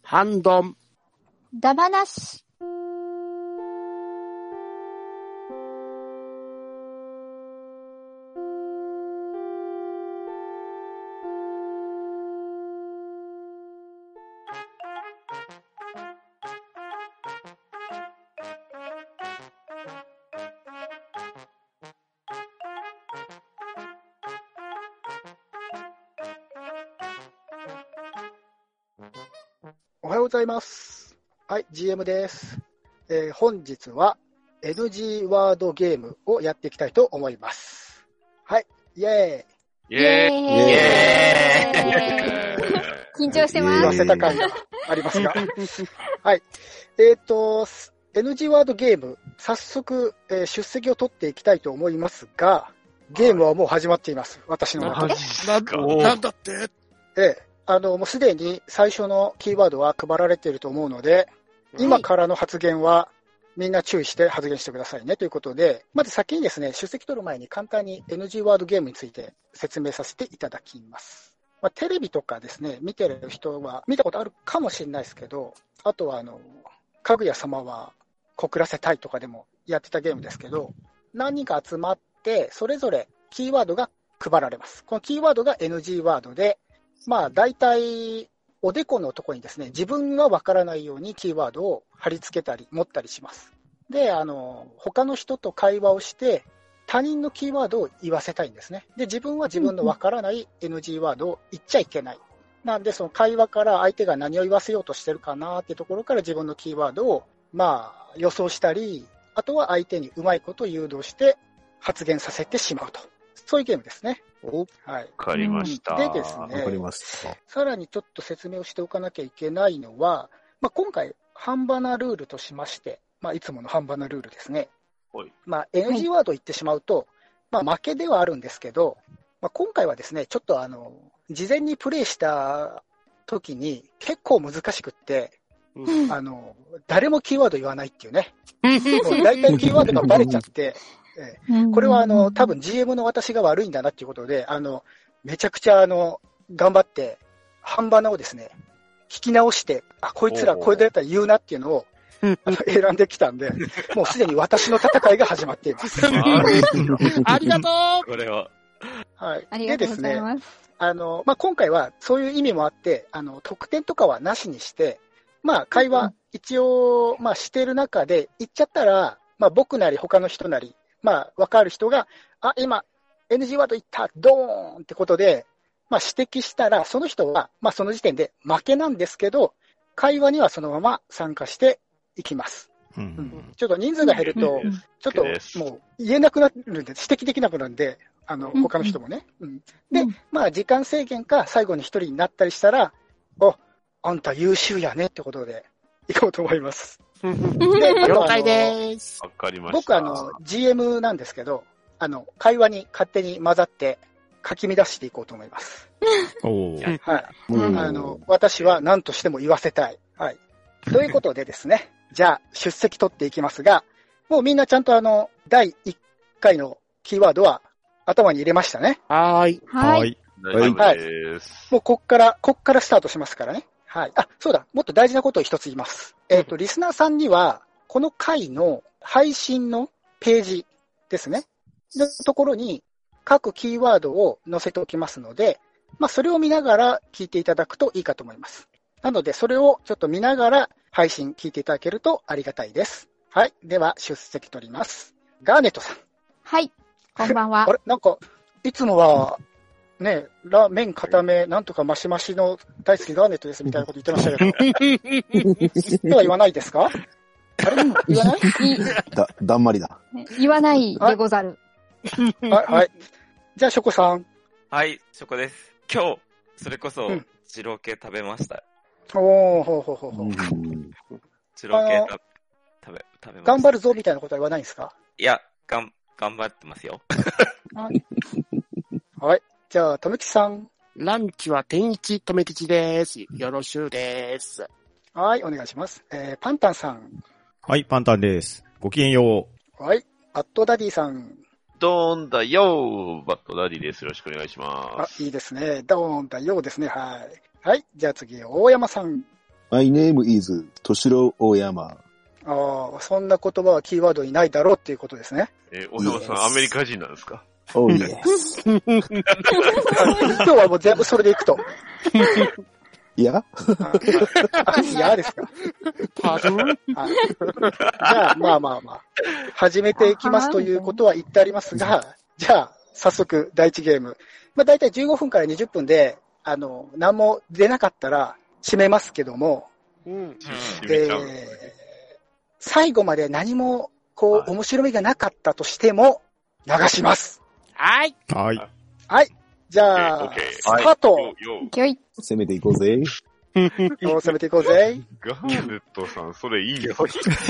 ハンドン。 ダバナシ。 おはようございます。はい、GM です。本日は NG ワードゲームをやっていきたいと思います。はい、イエーイ。 イエーイ。イエーイ。緊張してます。 言わせた感がありますが。はい。NG ワードゲーム、早速、出席を取っていきたいと思いますが、ゲームはもう始まっています。私の中で。 なんだって？ もうすでに最初のキーワードは配られていると思うので、今からの発言はみんな注意して発言してくださいねということで、まず先にですね、出席取る前に簡単に NG ワードゲームについて説明させていただきます。テレビとかですね、見てる人は見たことあるかもしれないですけど、あとはかぐや様は告らせたいとかでもやってたゲームですけど、何人か集まってそれぞれキーワードが配られます。このキーワードが NG ワードで、大体、おでこのところにですね、自分がわからないようにキーワードを貼り付けたり、持ったりします。で、他の人と会話をして、他人のキーワードを言わせたいんですね。で、自分は自分のわからない NG ワードを言っちゃいけない。なんで、その会話から相手が何を言わせようとしてるかなっていうところから自分のキーワードを、予想したり、あとは相手にうまいこと誘導して発言させてしまうと。そういうゲームですね。 はい。わかりました。 でですね、 わかりました。 さらにちょっと説明をしておかなきゃいけないのは、今回、半ばなルールとしまして、いつもの半ばなルールですね。 はい。 NG ワードを言ってしまうと、負けではあるんですけど、今回はですね、ちょっと事前にプレイした時に結構難しくって、誰もキーワード言わないっていうね。もう大体キーワードがバレちゃって、これは多分 GM の私が悪いんだなっていうことで、めちゃくちゃ頑張って、半ばなをですね、聞き直して、こいつらこれだったら言うなっていうのを選んできたんで、もうすでに私の戦いが始まっています。 ありがとう。 これは。 はい。 ありがとうございます。 今回はそういう意味もあって、得点とかはなしにして、会話一応、してる中で言っちゃったら、僕なり他の人なり、わかる人が、今、NG ワード言った、ドーンってことで、指摘したら、その人は、その時点で負けなんですけど、会話にはそのまま参加していきます。ちょっと人数が減ると、ちょっともう言えなくなるんで、指摘できなくなるんで、他の人もね。で、時間制限か最後に一人になったりしたら、あんた優秀やねってことで、いこうと思います。 了解です。 わかりました。 僕GM なんですけど、会話に勝手に混ざって書き乱していこうと思います。はい。私は何としても言わせたい。はい。ということでですね、じゃあ出席取っていきますが、もうみんなちゃんと第1回のキーワードは頭に入れましたね。 はい。 はい。 大丈夫です。 もうこっからスタートしますからね。はい。そうだ。もっと大事なことを一つ言います。リスナーさんには、この回の配信のページですね。のところに各キーワードを載せておきますので、それを見ながら聞いていただくといいかと思います。なので、それをちょっと見ながら配信聞いていただけるとありがたいです。はい。では、出席取ります。ガーネットさん。 はい。こんばんは。 あれなんか、いつもは、ね、麺固め、なんとかマシマシの大好きガーネットですみたいなこと言ってましたけど。では言わないですか？あれ言わないだんまりだ。 言わないでござる。 はい。じゃあ、ショコさん。 はい、ショコです。今日、それこそ、二郎系食べました。 ほう。 二郎系食べました。 頑張るぞみたいなことは言わないんですか？ いや、頑張ってますよ。 はい。じゃあ、とめきちさん。 ランチは天一とめきちです。よろしゅうです。 はい、お願いします。パンタンさん。 はい、パンタンです。ごきげんよう。はい、バッドダディさん。 ドーンだよー、バッドダディです。よろしくお願いします。 いいですね。ドーンだよーですね。はい。はい、じゃあ次、大山さん。 My name is としろ大山。 ああ、そんな言葉はキーワードにないだろうっていうことですね。 大山さん、アメリカ人なんですか？ Oh yes. 今日はもう全部それでいくと。 いや嫌ですか。 パドゥじゃあ、まあ。始めていきますということは言ってありますが、じゃあ、早速、第一ゲーム。だいたい15分から20分で、何も出なかったら締めますけども、最後まで何も、面白みがなかったとしても、流します。 はい。 はい。 はい。じゃあ、スタート。 攻めていこうぜ。 攻めていこうぜ。 ガーネットさん、それいいです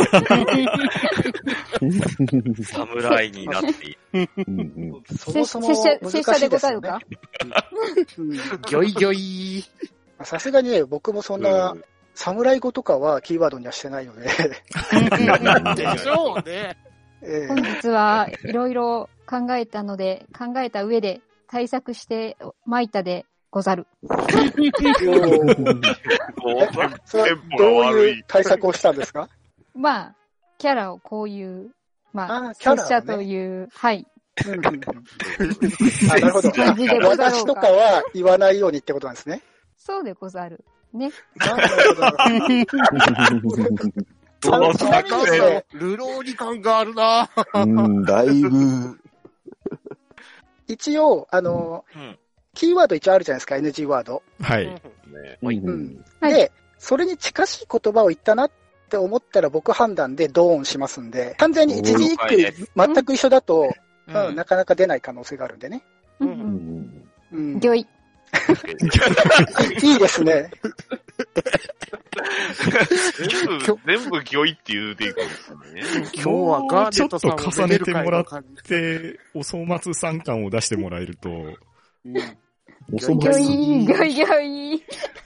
侍になっている。 そもそも難しいですよね。 ギョイギョイ。 さすがにね、僕もそんな、侍語とかはキーワードにはしてないので。 でしょうね。 本日はいろいろ考えたので、考えた上で対策してまいたでござる。 それはどういう対策をしたんですか？ キャラをこういう、 キャラをね、 拙者という、はい。 なるほど。私とかは言わないようにってことなんですね。 そうでござる。ね。 なるほど。 ルローニ感があるな。 だいぶ。 一応、キーワード一応あるじゃないですか、NG ワード。 はい。 で、それに近しい言葉を言ったなって思ったら僕判断でドーンしますんで、完全に一字一句全く一緒だと、なかなか出ない可能性があるんでね。 ギョイ。 いいですね。 全部ギョイって言うていくんですね。 今日はガーネットさんを重ねてもらって、お粗末三冠を出してもらえると。 お粗末ギョイ。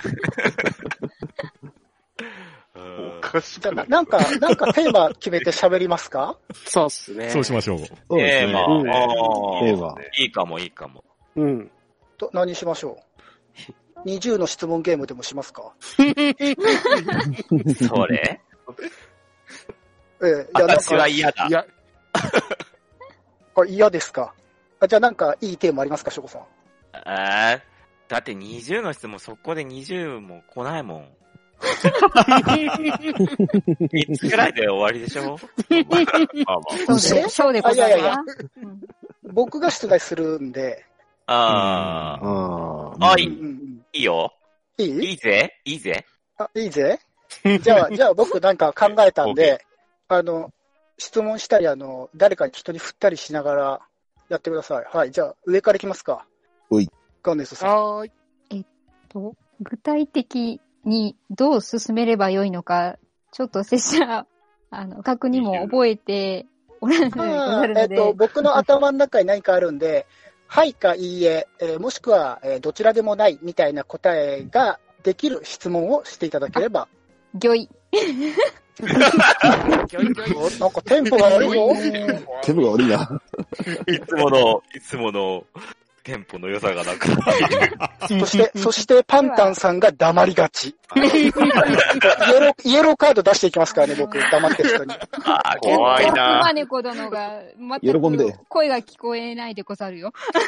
おかしじゃあ、なんかテーマ決めて喋りますか？ そうっすね。 そうしましょう。 テーマ。 いいかも。 何しましょう？20の質問ゲームでもしますか？ それ？ 私は嫌だ。 嫌ですか？じゃあなんかいいテーマありますか、しょこさん。 だって20の質問そこで20も来ないもん。3つくらいで終わりでしょ？ そうでござるな。 僕が出題するんで。 いいよ。 いいぜ。 いいぜ。じゃあ僕なんか考えたんで、質問したり、誰かに人に振ったりしながらやってください。はい。じゃあ、上からいきますか。ガンネスさん。 はい。 具体的にどう進めればよいのか、ちょっと拙者、確認も覚えておらないので。 僕の頭の中に何かあるんで、はいかいいえ、もしくは、どちらでもないみたいな答えができる質問をしていただければ。 ギョイ。 なんかテンポが悪いよ。 テンポが悪いな。 いつものテンポの良さがなくて。 そしてパンタンさんが黙りがち。イエローカード出していきますからね、僕、黙ってる人に。 怖いな。 マネコ殿が、全く声が聞こえないでござるよ。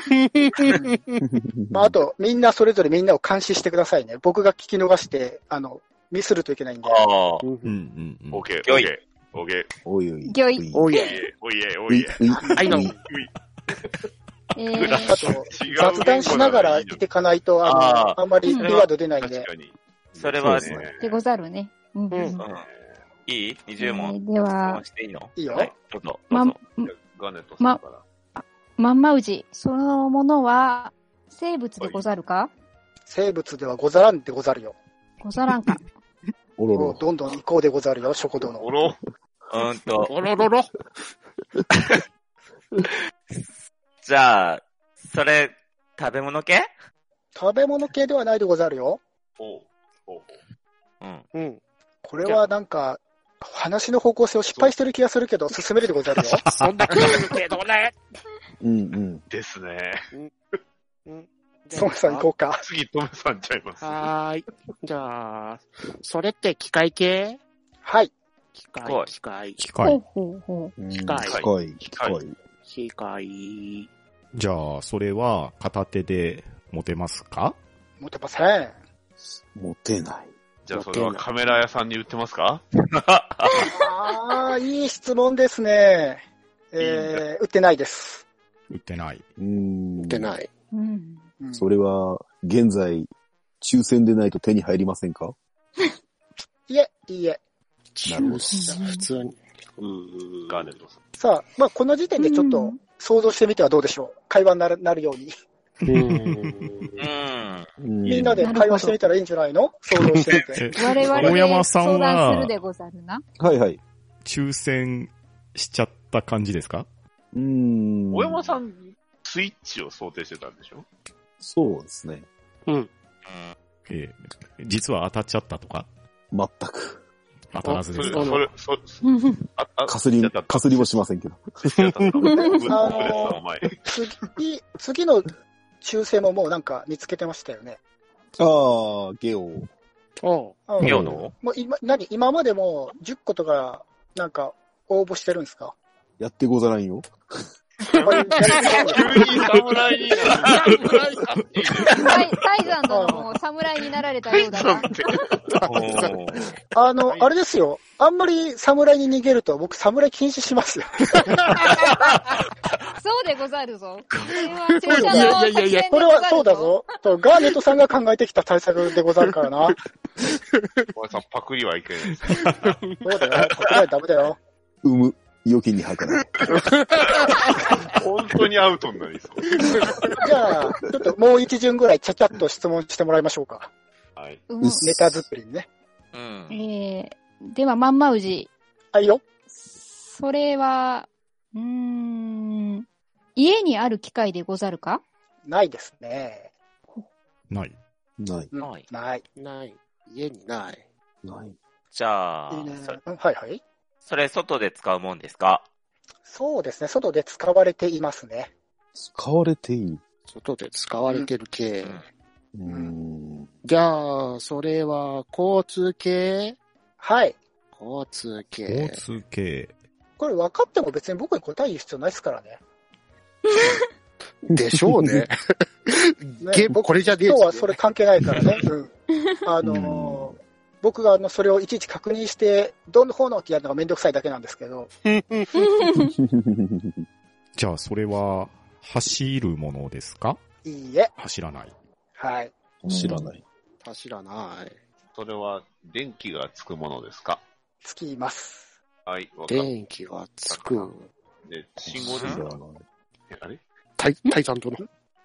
あと、みんなそれぞれみんなを監視してくださいね。僕が聞き逃して、ミスるといけないんで。 オッケー。 おいおい。 ギョイ。 おいえ。 はいの。 あと、雑談しながら言っていかないと、あんまりキーワード出ないんで。 それは、 でござるね。 いい ?20 問。 では、 いいよ。 どうぞ。 まんまうじ、そのものは、生物でござるか？ 生物ではござらんでござるよ。 ござらんか。 どんどん移行でござるよ、ショコ殿。 おろろろ。 じゃあ、それ、食べ物系？ 食べ物系ではないでござるよ。これはなんか、話の方向性を失敗してる気がするけど、進めるでござるよ。 そんな気がするけどね。 ですね。 トメさん行こうか。 次、トメさんちゃいます。 はーい。じゃあ、それって機械系？ はい。 機械。 機械。 機械。機械。 じゃあ、それは片手で持てますか？ 持てません。 持てない。 じゃあ、それはカメラ屋さんに売ってますか？ ああ、いい質問ですね。売ってないです。 売ってない。 売ってない。 それは、現在、抽選でないと手に入りませんか？ いえ。 なるほど。普通に。 ガーネットさん。 さあ、まあ、この時点でちょっと想像してみてはどうでしょう。会話になるように。みんなで会話してみたらいいんじゃないの？想像してみて。 我々で相談するでござるな。 はいはい。 抽選しちゃった感じですか？ 大山さん、スイッチを想定してたんでしょ？ そうですね。 実は当たっちゃったとか？ 全く。 当たらずですか？ かすりもしませんけど。 次の抽選ももうなんか見つけてましたよね。 ああ、ゲオ。 ゲオの？ もう今までも10個とかなんか応募してるんですか？ やってござらんよ。 急に侍になる。 タイザン殿も侍になられたようだな。 あれですよ。あんまり侍に逃げると僕侍禁止しますよ。 そうでござるぞ。これはそうだぞ。ガーネットさんが考えてきた対策でござるからな。 お前さん、パクリはいけない。 そうだよ。パクリはダメだよ。 預金に測る。 本当にアウトになりそう。 じゃあ、ちょっともう一巡ぐらいちゃちゃっと質問してもらいましょうか。 はい。 ネタ作りにね。 では、まんまうじ。 はいよ。 それは、家にある機械でござるか？ ないですね。 ない。 家にない。 じゃあ、 はいはい。 それ外で使うもんですか？ そうですね。外で使われていますね。 使われていい？ 外で使われてる系。じゃあ、それは交通系？ はい。 交通系。 これ分かっても別に僕に答え言う必要ないですからね。 でしょうね。これじゃねえ。 今日はそれ関係ないからね。僕がそれをいちいち確認して、どんな方のってやるのがめんどくさいだけなんですけど。 じゃあ、それは、走るものですか？ いいえ。 走らない。 はい。 走らない。 それは、電気がつくものですか？ つきます。 はい。 電気がつく。 で、信号ですか？あれ？ タイザン殿。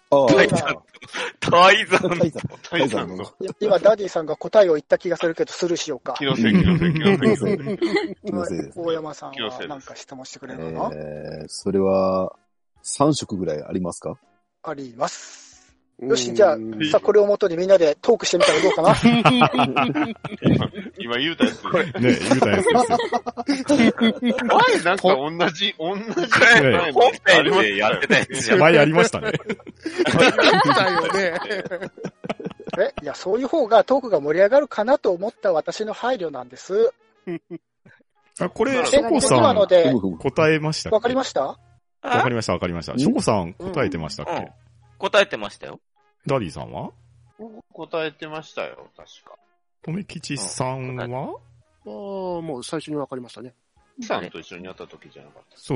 タイザンの。 今、ダディさんが答えを言った気がするけど、スルーしようか。 気のせい。 大山さんは何か質問してくれるかな？ それは、3色ぐらいありますか？ あります。よし、じゃあ、さあこれをもとにみんなでトークしてみたらどうかな？ 今言うたやつ。 ね、言うたやつですよ。 前なんか同じ本編でやってたやつじゃん。 前ありましたね。 いや、そういう方がトークが盛り上がるかなと思った私の配慮なんです。 これ、ショコさん答えましたっけ？ わかりました？ わかりました。ショコさん答えてましたっけ？ 答えてましたよ。 ダディさんは？ 答えてましたよ、確か。 とめきちさんは？ もう最初にわかりましたね。 さんと一緒にやった時じゃなかった。 そう。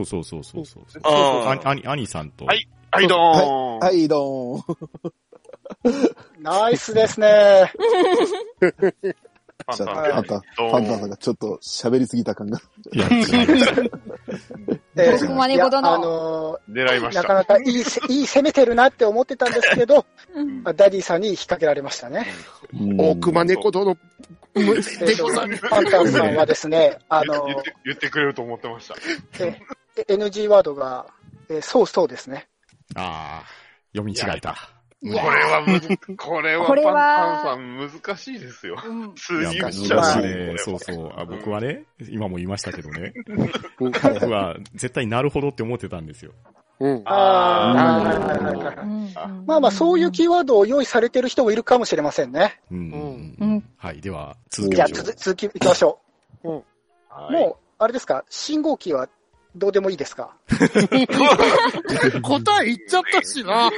兄さんと。 はい、どーん。 はいどーん。 ナイスですね。 パンタンさんがちょっと喋りすぎた感が。 僕もね、 狙いました。 なかなかいい攻めてるなって思ってたんですけど、ダディさんに引っ掛けられましたね。 大熊猫殿でござる。 パンタンさんはですね、 言ってくれると思ってました。 NG ワードが、そうですね。 ああ、読み違えた。 これはパンタンさん難しいですよ。 難しいね。そう。僕はね、今も言いましたけどね。僕は絶対なるほどって思ってたんですよ。 うん。 まあまあ、そういうキーワードを用意されてる人もいるかもしれませんね。 はい。では、続きましょう。 じゃあ、続き行きましょう。もう、あれですか、信号機はどうでもいいですか？ 答え言っちゃったしな。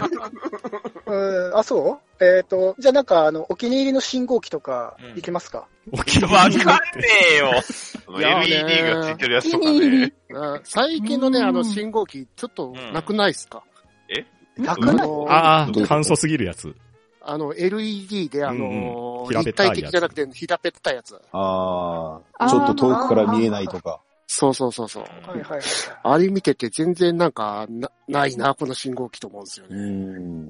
あ、そう？じゃあなんか、お気に入りの信号機とか、いけますか？ わかんねえよ。 LED がついてるやつとかね。 最近のね、信号機、ちょっとなくないっすか？ なくない？ 簡素すぎるやつ。 LED で立体的じゃなくて平べったいやつ。 ちょっと遠くから見えないとか。 そう。あれ見てて全然なんか、ないな、この信号機と思うんですよね。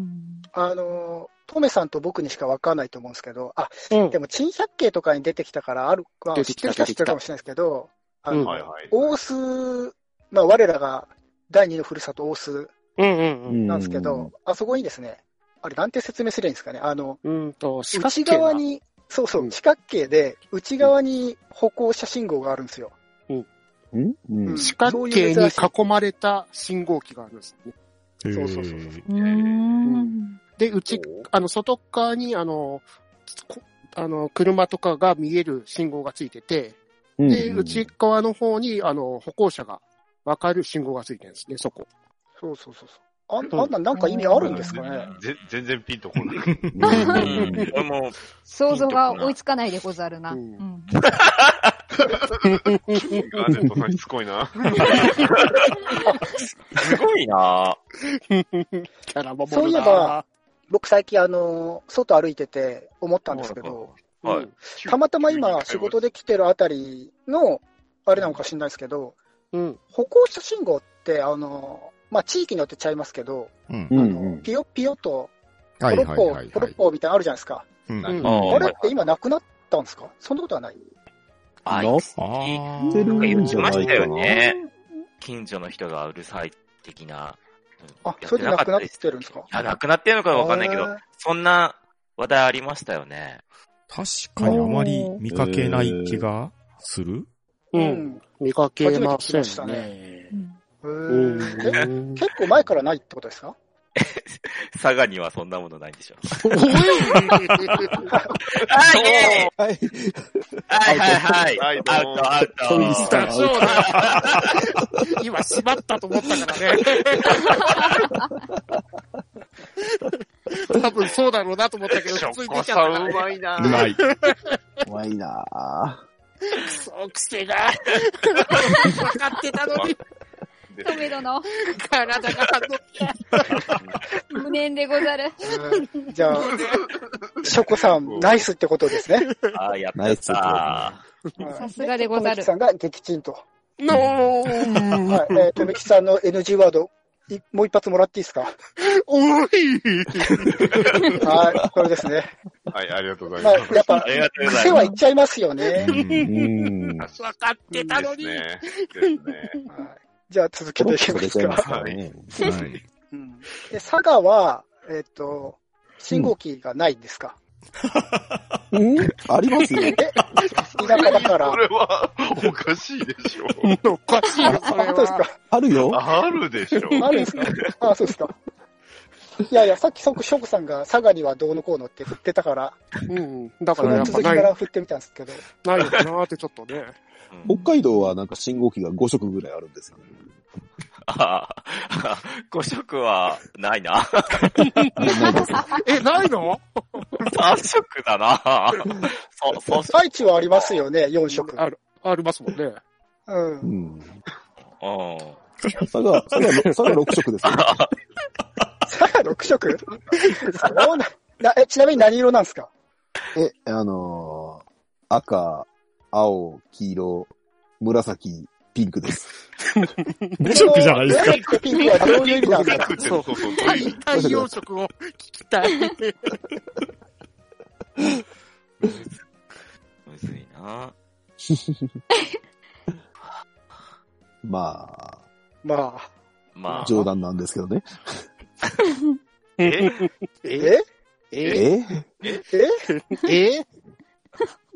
トメさんと僕にしかわかんないと思うんですけど、でも珍百景とかに出てきたから知ってる人は知ってるかもしれないですけど、大須、まあ我らが第二のふるさと大須なんですけど、あそこにですね、あれなんて説明すればいいんですかね、内側に、四角形で内側に歩行者信号があるんですよ。 四角形に囲まれた信号機があるんですね。 そう。 で、外側に、車とかが見える信号がついてて、で、内側の方に、歩行者がわかる信号がついてるんですね、そこ。 そう。あんななんか意味あるんですかね？ 全然ピンとこない。 想像が追いつかないでござるな。 ガーネットさんしつこいな。 すごいな。 そういえば、僕最近外歩いてて思ったんですけど、たまたま今仕事で来てるあたりの、あれなのか知んないですけど、歩行者信号って、まあ、地域によってちゃいますけど、ピヨピヨと、ポロッポーみたいなのあるじゃないですか。あれって今なくなったんですか？そんなことはない？ 言ってましたよね。近所の人がうるさい的な。 それでなくなってるんですか？ なくなってるのかわかんないけど、そんな話題ありましたよね。 確かにあまり見かけない気がする？ 見かけませんね。 結構前からないってことですか？ 佐賀にはそんなものないんでしょ。はい。アウト。 今、しまったと思ったからね。多分そうだろうなと思ったけど、普通に出ちゃったからね。 うまいな。 うまいな。 くそ、癖が。分かってたのに。 トメドの体が無念でござる。 じゃあ、ショコさん、ナイスってことですね。 やったー。 さすがでござる。 トメキさんが撃沈と。 はい。 トメキさんの NG ワード、もう一発もらっていいですか？ おい。 はい、これですね。 はい、ありがとうございます。 やっぱ、癖はいっちゃいますよね。 分かってたのに。 ですね。 じゃあ続けていきますか。佐賀は、信号機がないんですか？ ありますよ。 田舎だから。 これは、おかしいでしょ。 おかしいよ、それは。 そうですか。 あるよ。 あるでしょ。 あるんですか？そうですか。いや、さっきショコさんが佐賀にはどうのこうのって振ってたから、 だからやっぱ続きから振ってみたんですけど。 ないのかなーってちょっとね。 北海道はなんか信号機が5色ぐらいあるんですよね。 5色はないな。 ないの？ 3色だな。 愛知はありますよね、4色。 ありますもんね。 佐賀6色ですよ。 佐賀6色？ちなみに何色なんですか？ 赤、青、黄色、紫、ピンクです。 5色じゃないですか。 ピンクはどういう意味なんですか？ そう。太陽色を聞きたい。 むずいな。 まあ、 冗談なんですけどね。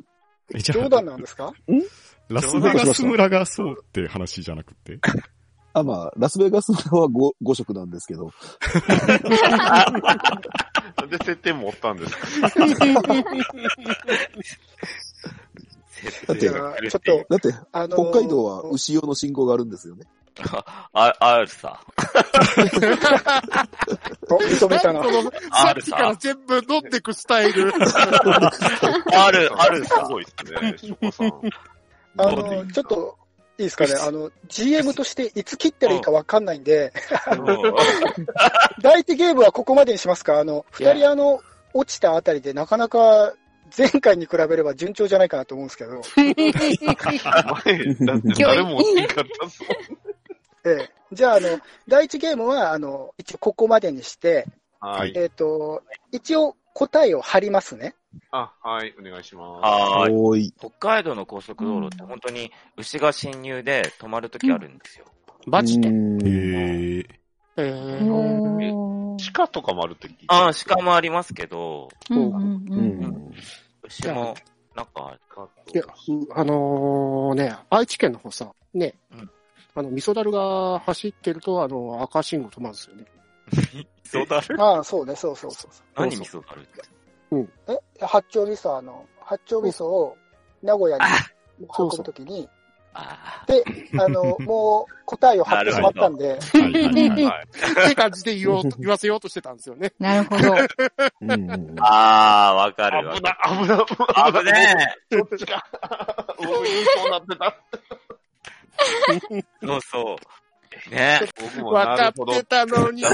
冗談なんですか？ ラスベガス村がそうって話じゃなくて。 まあ、ラスベガス村は 5色なんですけど。 なんで設定持ったんですかだって、北海道は牛用の信号があるんですよね。 あるさ。 認めたな。 さっきから全部飲んでくスタイル。 あるさ。 すごいですね、ショコさん。 ちょっと、いいですかね。GM としていつ切ったらいいかわかんないんで、第一ゲームはここまでにしますか？二人落ちたあたりでなかなか前回に比べれば順調じゃないかなと思うんですけど。 前、だって誰も落ちんかったぞ。 じゃあ、第一ゲームは、一応ここまでにして、 はい。 一応答えを貼りますね。 はい、お願いします。 はい。北海道の高速道路って本当に牛が侵入で止まるときあるんですよ。 マジで？ 鹿とかもあるって聞いて。 鹿もありますけど、牛も、なんか、 いや、愛知県の方さ、ね、味噌だるが走ってると、赤信号止まるんですよね。 味噌だる？ そうね、そう。 何味噌だるって？ 八丁味噌を名古屋に運ぶときに、で、もう答えを貼ってしまったんで、 って感じで言わせようとしてたんですよね。 なるほど。 わかるわ。 危ねえ。そっちか。そうなってた。 そう。ね。 分かってたのに。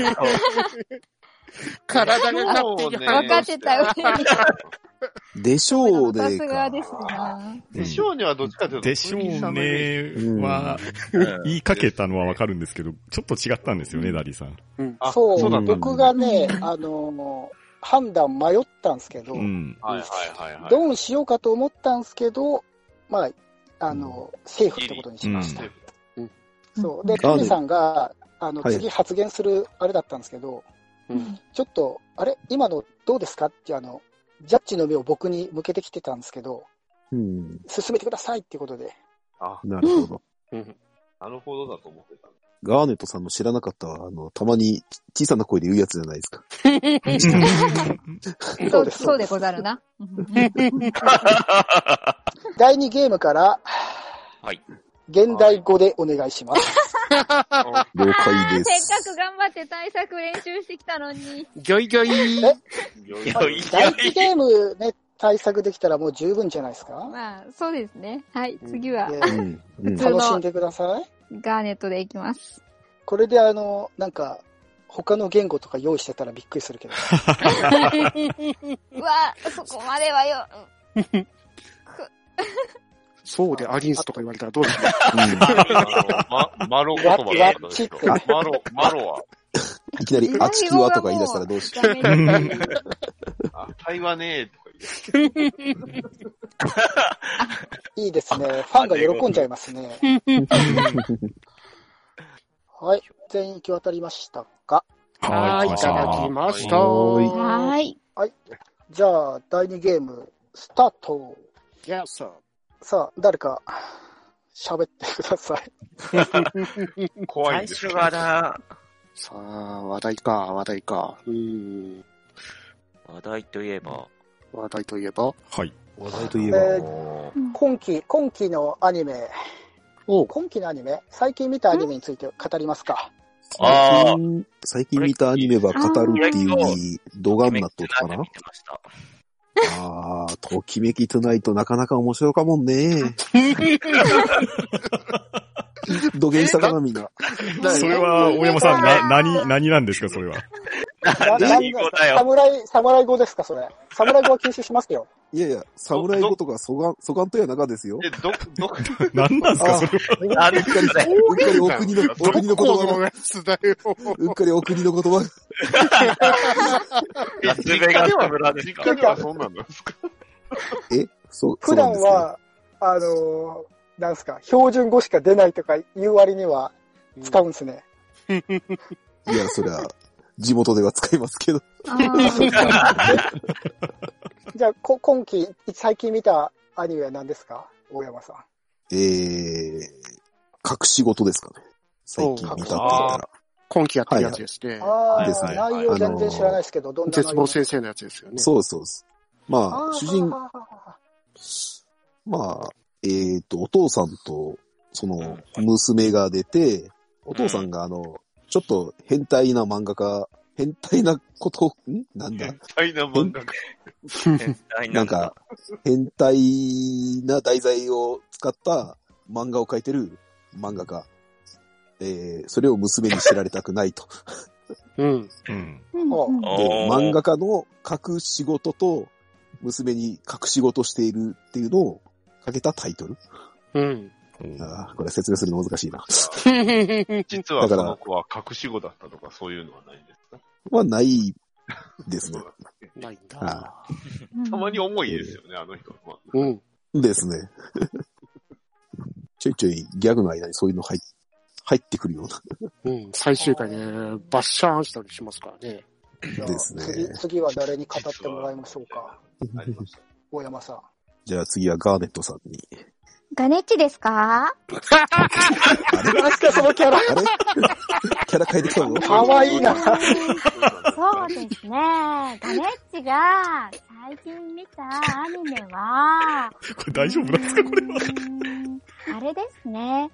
体が勝手に分かってたよね。 でしょうね。 さすがですな。 でしょうねはどっちかというと。 でしょうねは、言いかけたのはわかるんですけど、ちょっと違ったんですよね、ダディさん。 そう、僕がね、判断迷ったんですけど、どうしようかと思ったんですけど、まあ、セーフってことにしました。そう。で、トミさんが、次発言するあれだったんですけど、ちょっと、今のどうですかって、ジャッジの目を僕に向けてきてたんですけど、進めてくださいっていうことで。 なるほど。 なるほどだと思ってた。 ガーネットさんの知らなかったは、たまに小さな声で言うやつじゃないですか。 そうでござるな。 第2ゲームから、現代語でお願いします。 了解です。 せっかく頑張って対策練習してきたのに。 ギョイギョイ。 第1ゲームね、対策できたらもう十分じゃないですか？ まあ、そうですね。はい、次は。 楽しんでください。 ガーネットでいきます。 これでなんか、他の言語とか用意してたらびっくりするけど。 うわ、そこまではよ。 そうでアリンスとか言われたらどうですか？ マロ言葉だったでしょ。マロは。 いきなり、あちきわとか言い出したらどうしよう。 台湾ねーとか言って。 いいですね。ファンが喜んじゃいますね。はい。全員行き渡りましたか？ はい、いただきました。 はい。 じゃあ、第2ゲーム、スタート。さあ、誰か、喋ってください。 怖いんです最初はな。 さあ、話題か。 話題といえば。 はい。 話題といえば。 今期のアニメ。今期のアニメ？最近見たアニメについて語りますか？ 最近見たアニメは語るっていうに、ドガンナットとかな？ときめきトゥナイトなかなか面白かもんね。土下したかなみんな。 それは、大山さん、何なんですか、それは。 侍語ですか、それ。侍語は禁止しますよ。 いやいや、侍語とかソガンとや中ですよ。 何なんすか、それは。 うっかりお国の言葉が。うっかりお国の言葉が。 実家ではそんなんですか？ 普段は、なんすか、標準語しか出ないとか言う割には使うんすね。 いや、そりゃ、地元では使いますけど。 じゃあ、最近見たアニメは何ですか？大山さん。 隠し事ですかね。 最近見たって言ったら。 今期やってるやつですね。 ですね。内容全然知らないですけど、どんな内容？ 絶望先生のやつですよね。 そうです、そうです。まあ、主人、まあ、お父さんと、その、娘が出て、お父さんがちょっと変態な漫画家、変態なこと、なんだ変態な漫画家。 なんか、変態な題材を使った漫画を描いてる漫画家。それを娘に知られたくないと。 うん。 で、漫画家の書く仕事と、娘に書く仕事しているっていうのをかけたタイトル。 うん。 これ説明するの難しいな。 実はその子は隠し子だったとかそういうのはないんですか？ はないですね。 ないんだ。 たまに重いですよね、あの人は。 うん。ですね。ちょいちょいギャグの間にそういうの入ってくるような。 うん。最終回でバッシャーンしたりしますからね。 ですね。 次は誰に語ってもらいましょうか。大山さん。 じゃあ次はガーネットさんに。 ガネッチですか？ あれなんすか、そのキャラ。 キャラ変えてきたの？ かわいいな。 そうですね。ガネッチが最近見たアニメは、 これ大丈夫なんですか、これは。 あれですね。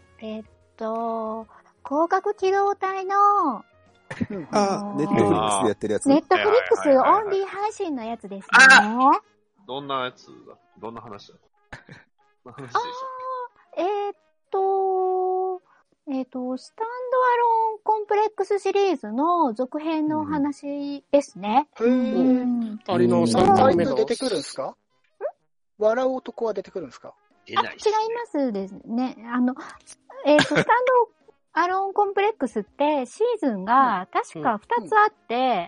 広角機動隊の、 ネットフリックスでやってるやつ。 ネットフリックスオンリー配信のやつですね。 どんなやつだ？どんな話だ？ スタンドアローンコンプレックスシリーズの続編のお話ですね。 あれの3回目の。 出てくるんですか？笑う男は出てくるんですか？ 違いますですね。スタンドアローンコンプレックスってシーズンが確か2つあって、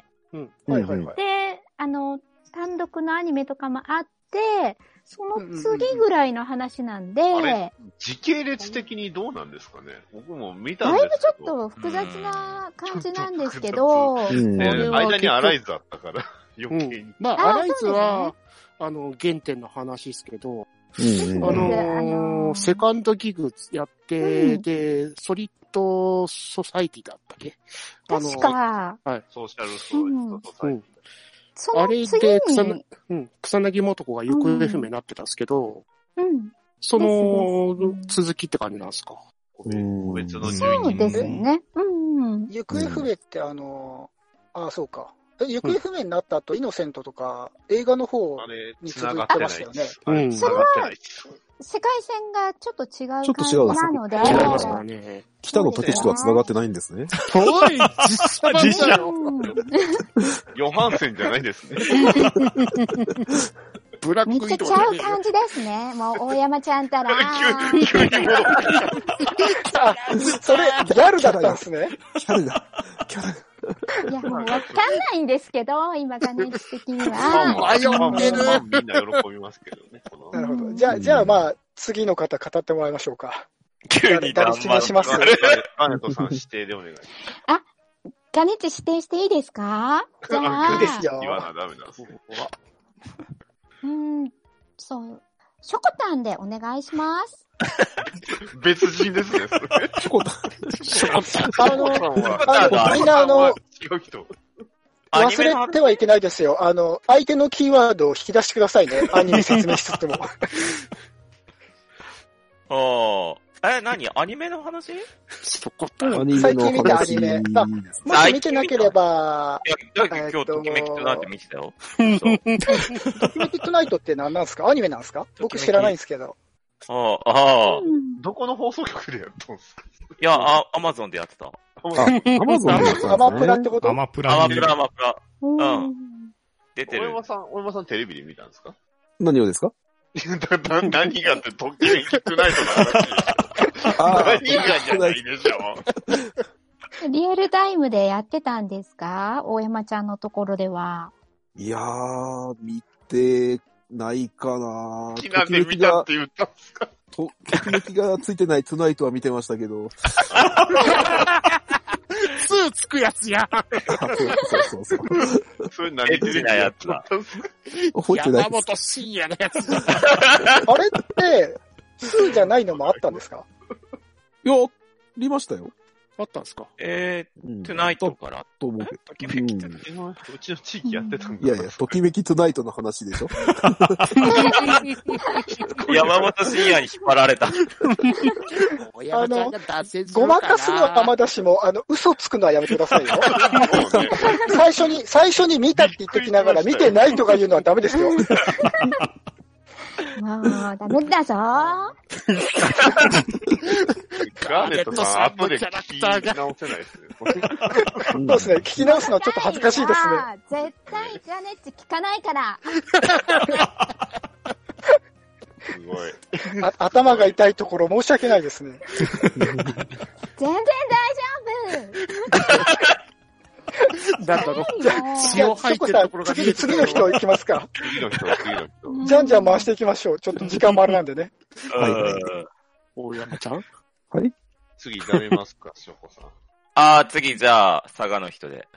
で、単独のアニメとかもあって、その次ぐらいの話なんで、 あれ時系列的にどうなんですかね？僕も見たんですけど。 だいぶちょっと複雑な感じなんですけど、 間にアライズあったから余計に。 まあ、アライズは、原点の話ですけど、セカンドギグやって、で、ソリッドソサイティだったっけ？ 確か、 はい。 ソーシャルソリッドソサイティ。 あれで草薙素子が行方不明になってたんですけど、その続きって感じなんですか？ 別のそうですね。 行方不明ってそうか。行方不明になった後、イノセントとか映画の方に続いてましたよね。 それは世界線がちょっっと違う感じなので。 違いますからね。 北野武とは繋がってないんですね。 おい、実写ヨハンセンじゃないですね。 ブラックめっちゃちゃう感じですね。もう、大山ちゃんたら。 急に戻る。 それ、ギャルだったんですね。 キャラが。 いや、もうわかんないんですけど、今、ガネッチ的には。 みんな喜びますけどね。 なるほど。じゃあまあ、次の方語ってもらいましょうか。 急に誰指名します？ ガネットさん指定でお願いします。 あ、ガネッチ指定していいですか？じゃあ。 いいですよ。 言わなダメなんです。 そう。ショコタンでお願いします。 別人ですね、それ。 ショコタン。 みんな忘れてはいけないですよ。相手のキーワードを引き出してくださいね。アニメ説明しつつも。 何アニメの話？ 最近見たアニメ。もし見てなければ、 今日ときめきトゥナイト見てたよ。 ときめきトゥナイトって何なんですか？アニメなんですか？僕知らないんですけど。 どこの放送局でやったんですか？ いや、アマゾンでやってた。 アマゾンでやってた。 アマプラってこと？ アマプラ。 出てる。 大山さんテレビで見たんですか？ 何をですか？ 何がってときめきトゥナイトの話。何がじゃないでしょ。 リアルタイムでやってたんですか？大山ちゃんのところでは。 いやー、見てないかな。 好きなんで見たって言ったんですか？ ときめきがついてないトゥナイトは見てましたけど。 2つくやつや。 そう。 それ何でなやつだ。 山本慎也のやつ。 あれって、2じゃないのもあったんですか？ いや、見ましたよ。 あったんですか？ トゥナイトからと思うけど。 ときめきトゥナイうちの地域やってたんだ。 いやいや、ときめきトゥナイトの話でしょ。 山本慎也に引っ張られた。 ごまかすのは玉出しも、嘘つくのはやめてくださいよ。最初に見たって言ってきながら見てないとか言うのはダメですよ。 もう、ダメだぞガーネットさん、後で聞き直せないですね。 そうですね。聞き直すのはちょっと恥ずかしいですね。 絶対ガネッチ聞かないから。 すごい。 頭が痛いところ申し訳ないですね。 全然大丈なんだろう。血を吐いてるところが次の人行きますか。 次の人。 じゃんじゃん回していきましょう。ちょっと時間もあれなんでね。 大山ちゃん？ はい。 次、ダメますか、しょこさん。 次、じゃあ、佐賀の人で。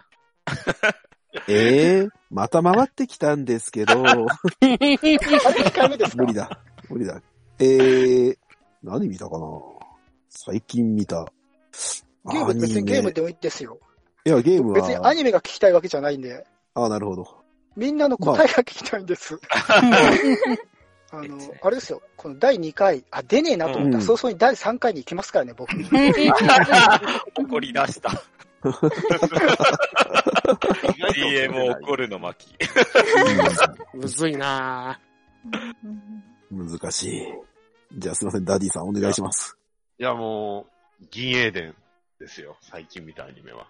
また回ってきたんですけど。 1回目ですか？ 無理だ。何見たかな？最近見た。 ゲーム別にゲームでもいいですよ。 いや、ゲームは。 別にアニメが聞きたいわけじゃないんで。 なるほど。 みんなの答えが聞きたいんです。あれですよ。この第2回、出ねえなと思ったら、早々に第3回に行きますからね、僕。 怒り出した。DM 怒るの巻。 むずいなぁ。難しい。じゃあすいません、ダディさんお願いします。 いや、もう、銀英伝ですよ。最近見たアニメは。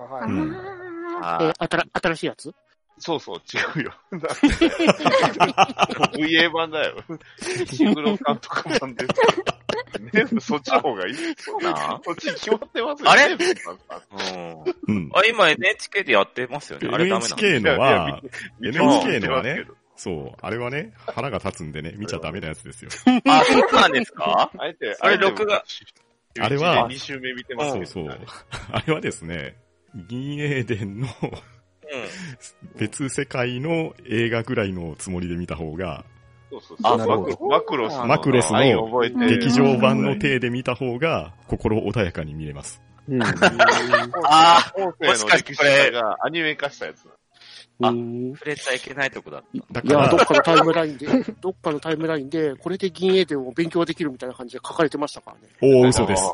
新しいやつ？ そう、違うよ。VA 版だよ。石黒監督版です。ね、そっちの方がいい。 そうな。 そっち決まってますよね。 あれ？今 NHK でやってますよね。あれダメなの？ NHK のはね、そう、あれはね、腹が立つんでね、見ちゃダメなやつですよ。 そうなんですか？あれ録画。 あれは、 2週目見てますそう。あれはですね、銀英伝の、別世界の映画ぐらいのつもりで見た方が、マクロスの劇場版の体で見た方が心穏やかに見れます。 もしかしてこれがアニメ化したやつ触れちゃいけないとこだった。 いや、どっかのタイムラインで、これで銀英伝を勉強できるみたいな感じで書かれてましたからね。 嘘です。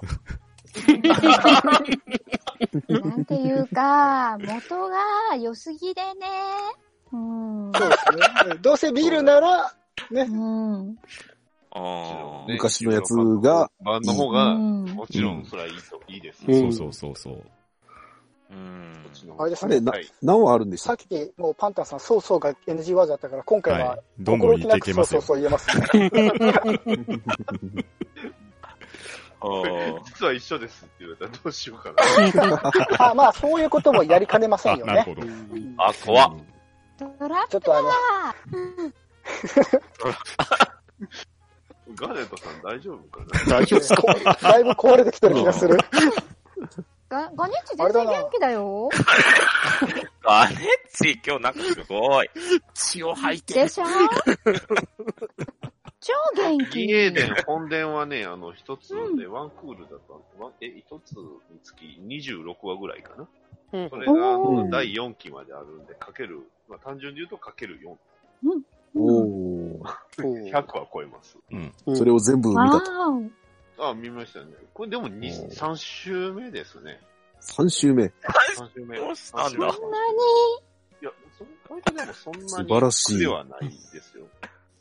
なんていうか、元が良すぎでね。 そうですね。どうせ見るなら、ね。 昔のやつが、 版の方が、もちろんそれはいいです。 そう。 あれですね。 何話あるんでしたっけ？もうパンタンさん、そうが NG ワードだったから、今回は、 どんどん言っていけますよ。 そう言えますね。 実は一緒ですって言われたらどうしようかな。 まあ、そういうこともやりかねませんよね。 なるほど。 怖っ。 ちょっとガーネットさん大丈夫かな？ 大丈夫ですか？ だいぶ壊れてきてる気がする。 ガネッチ全然元気だよ。 ガネッチ今日なんかすごい。 血を吐いて。 でしょ？超元気。 銀英伝本伝はね、一つでワンクールだと、一つにつき26話ぐらいかな。それが第4期まであるんで、単純に言うとかける4。100話超えます。 それを全部見たと。 見ましたね。これでも3週目ですね。 3週目。 どうしたんだ？ いや、割とでもそんなに素晴らしいではないですよ。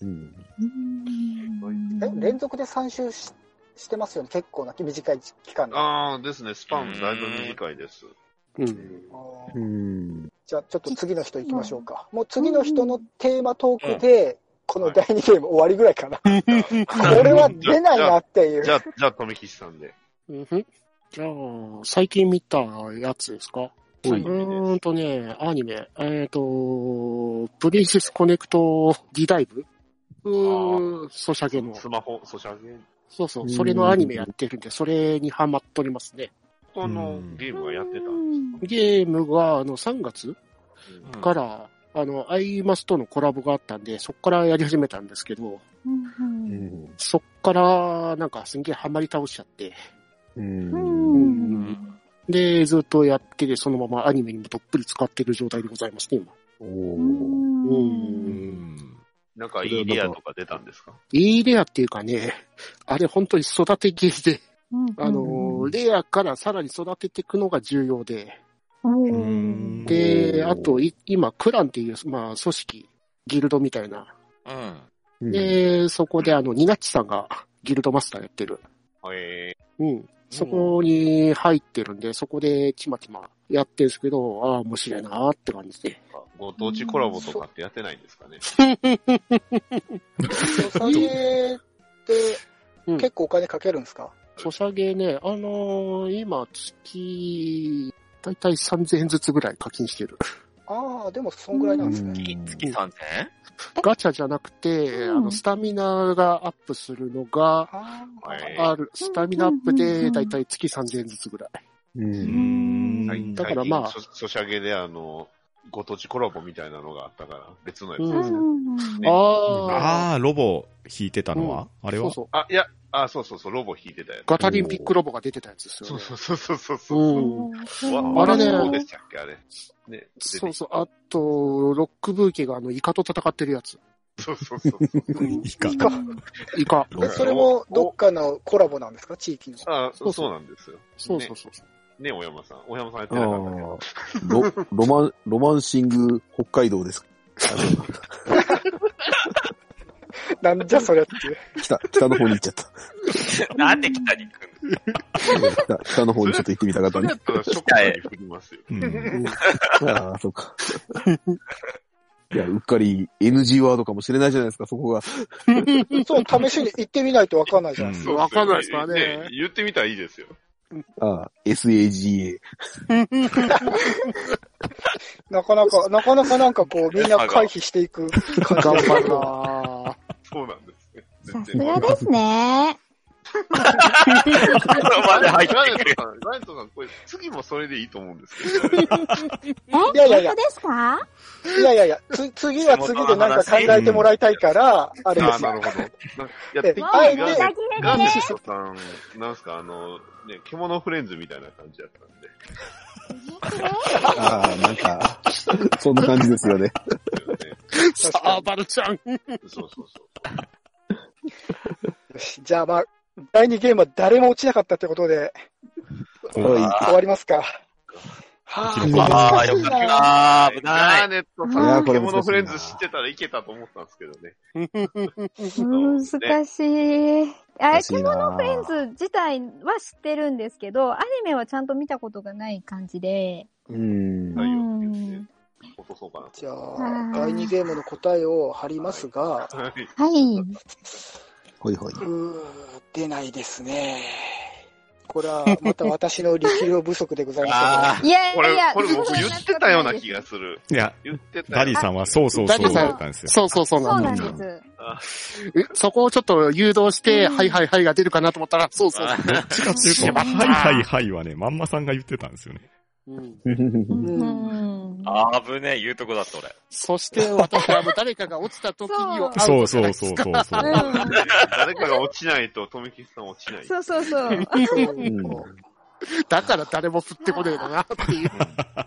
連続で3週してますよね。結構な短い期間で。 ですね。スパンだいぶ短いです。 じゃあ、ちょっと次の人行きましょうか。もう次の人のテーマトークで、この第2ゲーム終わりぐらいかな。これは出ないなっていう。 じゃあ、富吉さんで。 じゃあ、最近見たやつですか？アニメ。プリンセスコネクト D ダイブ？ソシャゲの。 スマホ、ソシャゲ。 そう、それのアニメやってるんで、それにハマっとりますね。 このゲームはやってたんですか？ ゲームが、3月から、アイマスとのコラボがあったんで、そっからやり始めたんですけど、そっから、なんかすんげえハマり倒しちゃって、 で、ずっとやってて、そのままアニメにもどっぷり使ってる状態でございますね、今。 なんかいいレアとか出たんですか？ いいレアっていうかね、あれ本当に育て系で、レアからさらに育てていくのが重要で、で、あと、今、クランっていう、まあ、組織、ギルドみたいな。で、そこでニナッチさんがギルドマスターやってる。そこに入ってるんで、そこでちまちまやってるんですけど、ああ、面白いなーって感じで。 ご当地コラボとかってやってないんですかね。 ソシャゲって結構お金かけるんですか？ ソシャゲね、今月、だいたい3000円ずつぐらい課金してる。 ああ、でもそんぐらいなんですね。 月3000円？ ガチャじゃなくて、スタミナがアップするのが、スタミナアップでだいたい月3000円ずつぐらい。だからまあ。 ソシャゲでご当地コラボみたいなのがあったから、別のやつですね。 ロボ弾いてたのは、あれはそう、ロボ弾いてたやつ。 ガタリンピックロボが出てたやつですよね。 そう。 あれね。 そうでしたっけ、あれ。ね。 そう。あと、ロックブーケがイカと戦ってるやつ。 そう。 イカ。 それもどっかのコラボなんですか？地域の。 そうなんですよ。 そう。 ね、小山さんやってなかったけど。 ロマンシング北海道ですか？ なんじゃそれって。 北の方に行っちゃった。 なんで北に行くの？北の方にちょっと行ってみたかったね。 北へ振りますよ。 ああ、そうか。いや、うっかり NG ワードかもしれないじゃないですか、そこが。 そう、試しに行ってみないとわかんないじゃないですか。 わかんないですかね。 言ってみたらいいですよ。 SAGA。 なかなかなんかこう、みんな回避していく感じ。 頑張るなそうなんですね。 さすがですね。 まで入ってくる。 ガイトさん、これ、次もそれでいいと思うんですけど。 いや、 本当ですか？ いや、次は次でなんか考えてもらいたいから、あれですよ。 なるほど。いや、てっきりガーネットさん、なんすか、ね、獣フレンズみたいな感じだったんで。 なんか、そんな感じですよね。 さあ、バルちゃん。 そう。 よし、じゃあまあ、第2ゲームは誰も落ちなかったってことで、終わりますか。 はよかった。危ない。 ガーネットさん、獣フレンズ知ってたらいけたと思ったんですけどね。 難しい。獣フレンズ自体は知ってるんですけど、アニメはちゃんと見たことがない感じで。 じゃあ、第2ゲームの答えを貼りますが、出ないですね。これはまた私の力量不足でございます。 いや、 これ僕言ってたような気がする。 いや、ダリーさんはそうだったんですよ。 そうなんです。そこをちょっと誘導して、はいが出るかなと思ったら、そう。 はいはね、まんまさんが言ってたんですよね。 危ねえ、言うとこだった俺。 そして私は誰かが落ちた時にそう。 誰かが落ちないと、富木さん落ちない。 そう。 だから誰も振ってこねえだなっていう。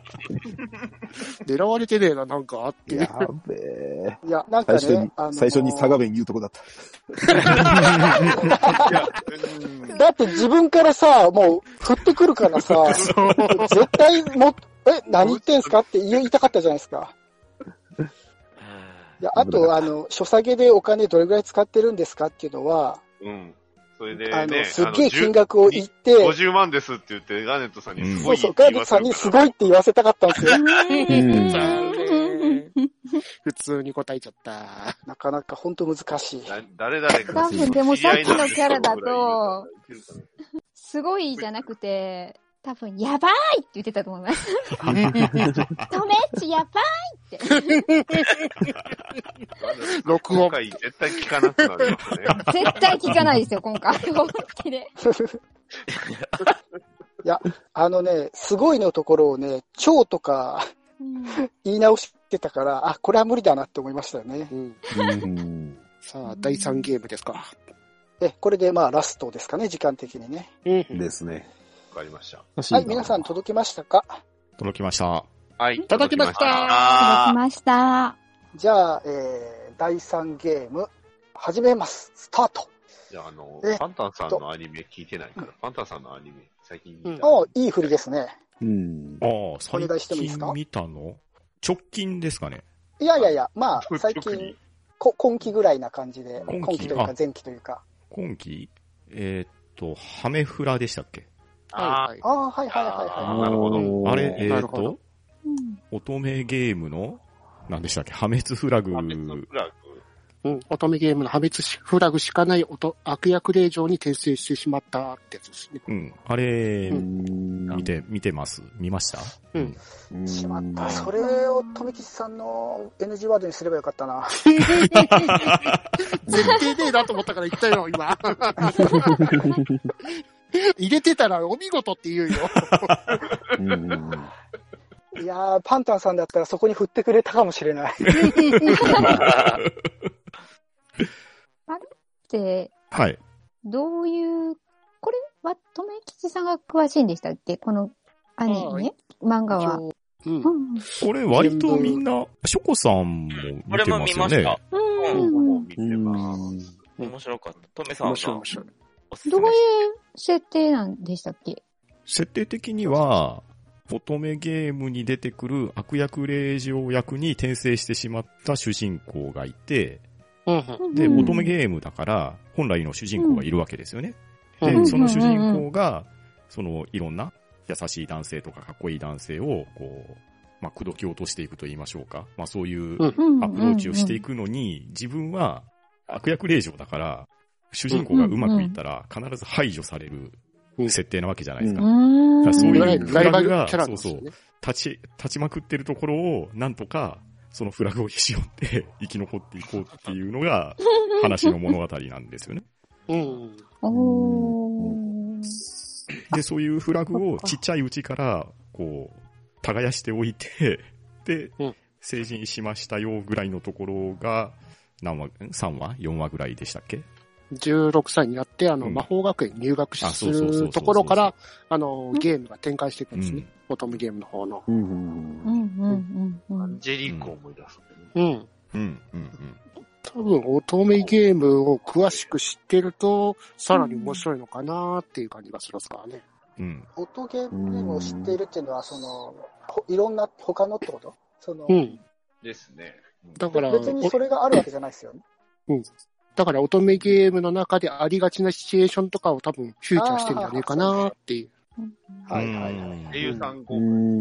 狙われてねえな、なんかっていう。 やべえ。 いや、なんかね、 最初に佐賀弁言うとこだった。 だって自分からさ、もう振ってくるからさ、絶対何言ってんすかって言いたかったじゃないですか。いや、あと、書下げでお金どれぐらい使ってるんですかっていうのは、 それでね、 すっげえ金額を言って、 50万ですって言って、ガーネットさんにすごいってガーネットさんにすごいって言わせたかったんですよ。 普通に答えちゃった。 なかなか本当難しい。 誰々 多分でもさっきのキャラだと、すごいじゃなくて、多分、やばいって言ってたと思います。とめっちやばいって。 録音回絶対聞かなくなるますね。 絶対聞かないですよ、今回。本気で。 いや、すごいのところをね、超とか、言い直してたから、これは無理だなって思いましたよね。 さあ、第3ゲームですか。 これでラストですかね、時間的にね。 ですね。 かりました。 はい、皆さん届きましたか？ 届きました。 はい。 届きました。 届きました。 じゃあ、第3ゲーム、始めます。スタート。 じゃあ、パンタンさんのアニメ聞いてないから、パンタンさんのアニメ、最近見た。 いい振りですね。 最近見たの？直近ですかね？ いや、まあ、最近、今期ぐらいな感じで、今期というか前期というか。 今期？ハメフラでしたっけ？ はい。 なるほど。 あれ、乙女ゲームの、何でしたっけ？破滅フラグ。 乙女ゲームの破滅フラグしかない悪役令状に転生してしまったってやつですね。 あれ、見てます？見ました？ しまった。それを富吉さんの NG ワードにすればよかったな。 絶対ねえなと思ったから言ったよ、今。入れてたらお見事って言うよ。 いやー、パンタンさんだったらそこに振ってくれたかもしれない。 あれって、 はい。 どういう、これは、とめきちさんが詳しいんでしたっけ？このアニメ、漫画は。 これ割とみんな、ショコさんも見てますよね。 俺も見ました。 見てます。 面白かった。とめさんはどういう設定なんでしたっけ？ 設定的には、乙女ゲームに出てくる悪役令嬢役に転生してしまった主人公がいて、で、乙女ゲームだから、本来の主人公がいるわけですよね。で、その主人公が、いろんな優しい男性とかかっこいい男性を、口説き落としていくと言いましょうか。そういうアプローチをしていくのに、自分は悪役令嬢だから、主人公がうまくいったら必ず排除される設定なわけじゃないですか。そういうフラグが、立ちまくってるところを、なんとか、そのフラグをへし折って生き残っていこうっていうのが話の物語なんですよね。で、そういうフラグをちっちゃいうちから、耕しておいて、で、成人しましたよぐらいのところが、何話 ?3 話 ?4 話ぐらいでしたっけ ？16歳になって、魔法学園に入学するところから、ゲームが展開していくんですね。乙女ゲームの方の。 アンジェリークを思い出すね。 多分、乙女ゲームを詳しく知ってると、さらに面白いのかなっていう感じがするんですからね。 乙ゲームを知っているっていうのは、いろんな他のってこと？ ですね。 だから、 別にそれがあるわけじゃないですよね。 だから乙女ゲームの中でありがちなシチュエーションとかを多分フューチャーしてんじゃねえかなっていう。 声優さん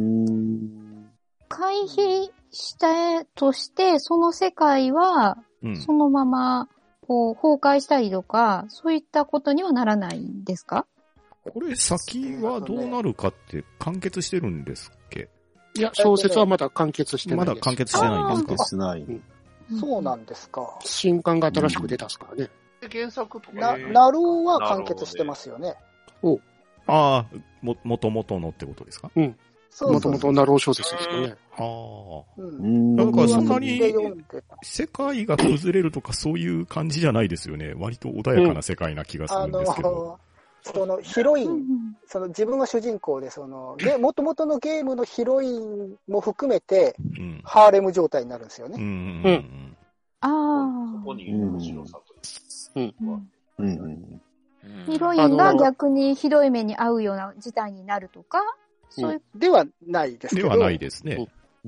回避したとして、その世界は、そのまま、崩壊したりとか、そういったことにはならないんですか？ これ先はどうなるかって完結してるんですっけ？ いや、小説はまだ完結してないです。 まだ完結してないんですか？ 完結してない。 そうなんですか。 新刊が新しく出たっすからね。 原作とかナローは完結してますよね。 ああ、もともとのってことですか？ もともとナロー小説ですよね。 だからそんなに世界が崩れるとかそういう感じじゃないですよね。割と穏やかな世界な気がするんですけど。 ヒロイン、自分が主人公で、もともとのゲームのヒロインも含めて、ハーレム状態になるんですよね。 ああ。 そこに面白さという。 ヒロインが逆にひどい目に遭うような事態になるとか、そういう。 ではないですけど。 ではないですね。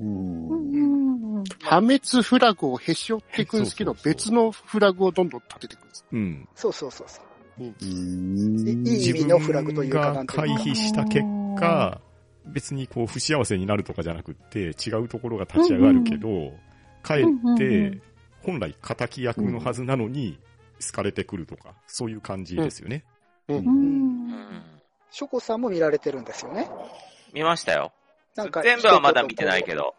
破滅フラグをへし折っていくんですけど、別のフラグをどんどん立てていくんです。 そう。いい意味のフラグというかなんていうか。 自分が回避した結果、別に不幸せになるとかじゃなくって、違うところが立ち上がるけど、かえって、本来仇役のはずなのに、好かれてくるとか、そういう感じですよね。 ショコさんも見られてるんですよね。 見ましたよ。全部はまだ見てないけど。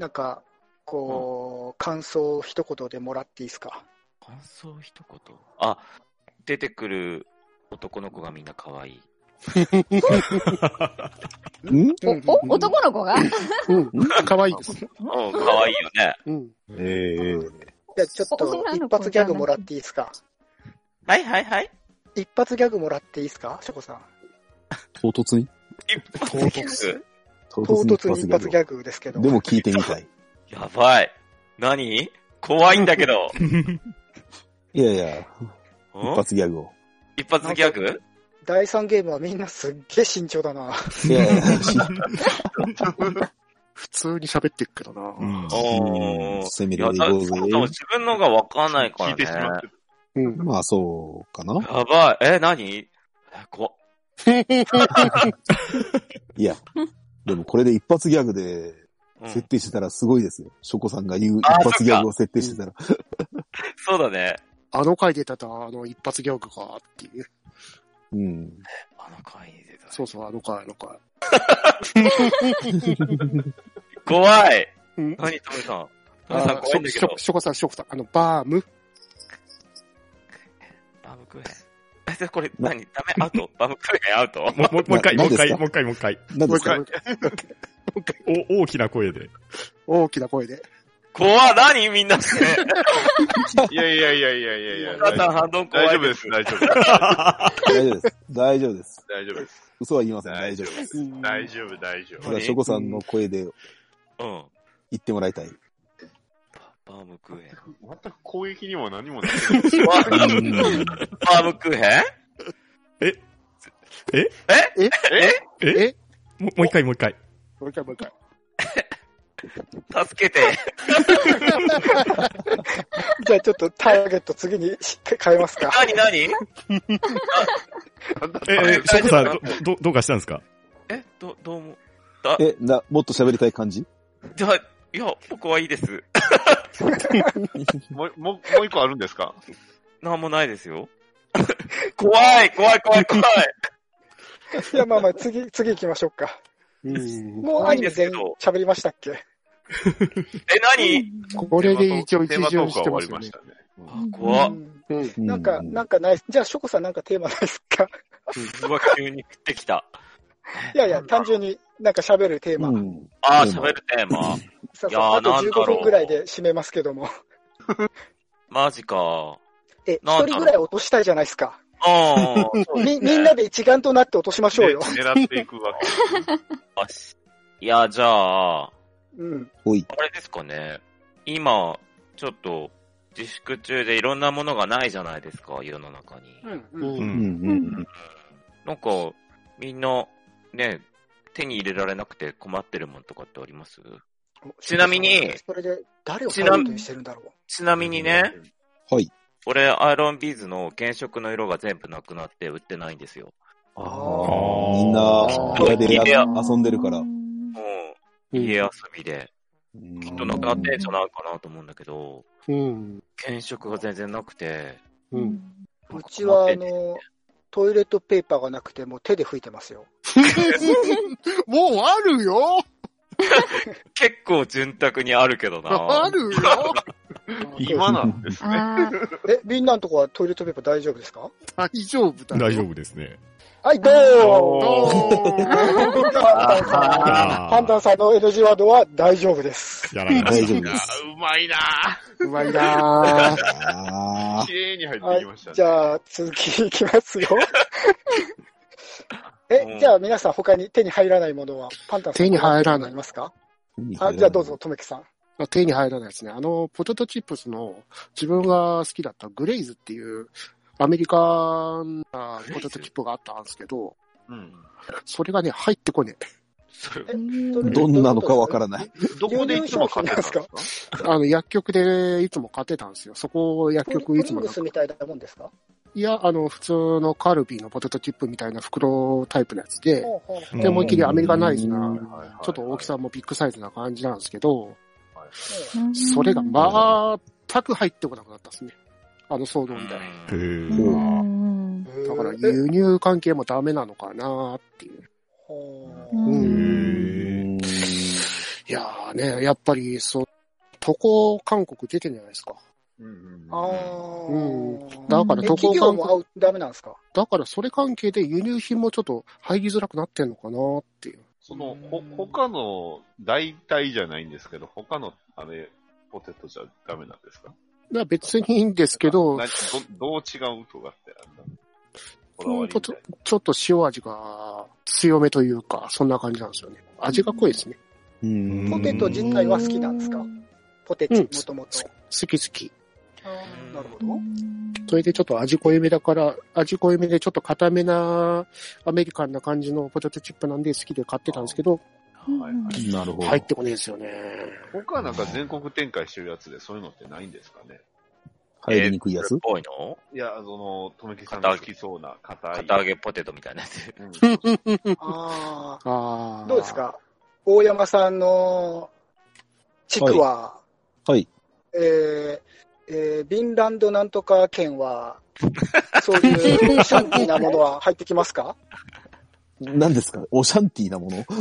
感想を一言でもらっていいですか？ 感想一言？出てくる男の子がみんな可愛い。 男の子が可愛いです。 可愛いよね。じゃあちょっと一発ギャグもらっていいですか？ はい。 一発ギャグもらっていいですか？ショコさん。 唐突に唐突に一発ギャグですけど。 でも聞いてみたい。 やばい。何？怖いんだけど。 いやいや、一発ギャグを。 一発ギャグ？ 第3ゲームはみんなすっげえ慎重だな。 いやいや、 普通に喋ってるけどな。 攻めるでいこうぜ。 自分のがわかんないからね。 聞いてしまってる。まあ、そうかな。 やばい。何？怖っ。 いや、でもこれで一発ギャグで設定してたらすごいですよ。ショコさんが言う一発ギャグを設定してたら。 そうだね。 あの回出た一発ギャグかっていう。 うん。 あの回に出た。 そうそう、あの回。 怖い。何、トメさん。トメさん怖いんだけど。 ショコさん、バームクーヘン。これ何？ダメ？アウト？バームクーヘンアウト？ もう一回。 何ですか？ 大きな声で。 大きな声で。 怖っ、何みんな。 いや。 大丈夫です。 大丈夫です。嘘は言いません。 大丈夫です。大丈夫。 ただ、ショコさんの声で、言ってもらいたい。 バームクーヘン。 全く攻撃にも何もない。 バームクーヘン？もう一回。 助けて。 じゃあちょっとターゲット次に変えますか。 何ショコさん、どうかしたんですか？ どうも。 もっと喋りたい感じ？ じゃあ、いや、僕はいいです。 もう一個あるんですか？ なんもないですよ。怖い。 いや、まあ次行きましょうか。もうアニメ全員喋りましたっけ？ 何？ これで一応してますよね。 怖っ。 なんかない。じゃあ、ショコさんなんかテーマないですか？ 急に食ってきた。 いや、単純になんか喋るテーマ。 喋るテーマ。 あと15分ぐらいで締めますけども。 マジか。 一人ぐらい落としたいじゃないですか。みんなで一丸となって落としましょうよ。 狙っていくわけ。 よし。いや、じゃあ、あれですかね。今、ちょっと、自粛中でいろんなものがないじゃないですか、世の中に。なんか、みんな、ね、手に入れられなくて困ってるもんとかってあります？ちなみに、 それで誰をターゲットにしてるんだろう。 ちなみにね、 はい。 俺、アイロンビーズの原色の色が全部なくなって売ってないんですよ。 みんな、部屋で遊んでるから。 家遊びで。きっとなくなってんじゃないかなと思うんだけど、原色が全然なくて。 うちは、トイレットペーパーがなくて、もう手で拭いてますよ。 もうあるよ結構潤沢にあるけどな。 あるよ今なんですね。 みんなのとこはトイレットペーパー大丈夫ですか？ 大丈夫だ。 大丈夫ですね。 はい、どうパンダンさんの NG ワードは大丈夫です。 大丈夫です。 うまいなぁ。綺麗に入ってきましたね。 じゃあ、続きいきますよ。じゃあ皆さん他に手に入らないものは、パンダンさん手に入らない。 ありますか？じゃあどうぞ、とめきさん。 手に入らないですね。ポテトチップスの自分が好きだったグレイズっていうアメリカンなポテトチップがあったんですけど、それがね、入ってこねえ。どんなのかわからない。 どこでいつも買ってたんですか？ 薬局でいつも買ってたんですよ。そこ薬局いつも。 プリングスみたいなもんですか？ いや、普通のカルビーのポテトチップみたいな袋タイプのやつで、で、思いっきりアメリカナイズな、ちょっと大きさもビッグサイズな感じなんですけど、それが全く入ってこなくなったですね。騒動みたいな。だから輸入関係もダメなのかなっていう。いやーね、やっぱり渡航韓国出てんじゃないですか。だから渡航韓国ダメなんですか？ だからそれ関係で輸入品もちょっと入りづらくなってんのかなっていう。 他の代替じゃないんですけど、他のポテトじゃダメなんですか？ 別にいいんですけど、 どう違うとかってちょっと塩味が強めというか、そんな感じなんですよね。味が濃いですね。 ポテト自体は好きなんですか？ポテチ、もともと。 好き好き。 なるほど。 それでちょっと味濃いめだから、味濃いめでちょっと固めなアメリカンな感じのポテトチップなんで好きで買ってたんですけど、 なるほど。 入ってこねえですよね。 他はなんか全国展開してるやつでそういうのってないんですかね？ 入りにくいやつ？ っぽいの？ いや、とめきさんが好きそうな片揚げポテトみたいなやつ。 どうですか？大山さんの地区は、 はい。 ビンランドなんとか県は、そういうオシャンティーなものは入ってきますか？ 何ですか？オシャンティーなもの？ だ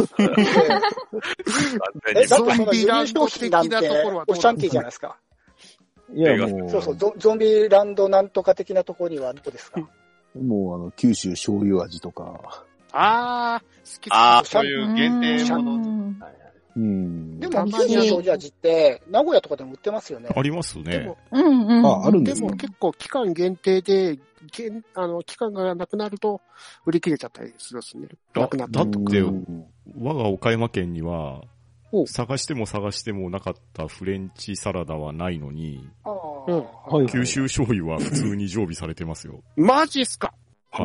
ってその輸入商品なんてオシャンティーじゃないですか。 いや、もう。 そうそう、ゾンビランドなんとか的なところにはどこですか？ もう九州醤油味とか。 好きそういう限定もの。 でも、九州醤油味って、名古屋とかでも売ってますよね。 ありますね。 あるんですか？ でも結構期間限定で、期間がなくなると売り切れちゃったりするんですね。なくなっただって、我が岡山県には、探しても探してもなかったフレンチサラダはないのに、九州醤油は普通に常備されてますよ。 マジっすか？ はい。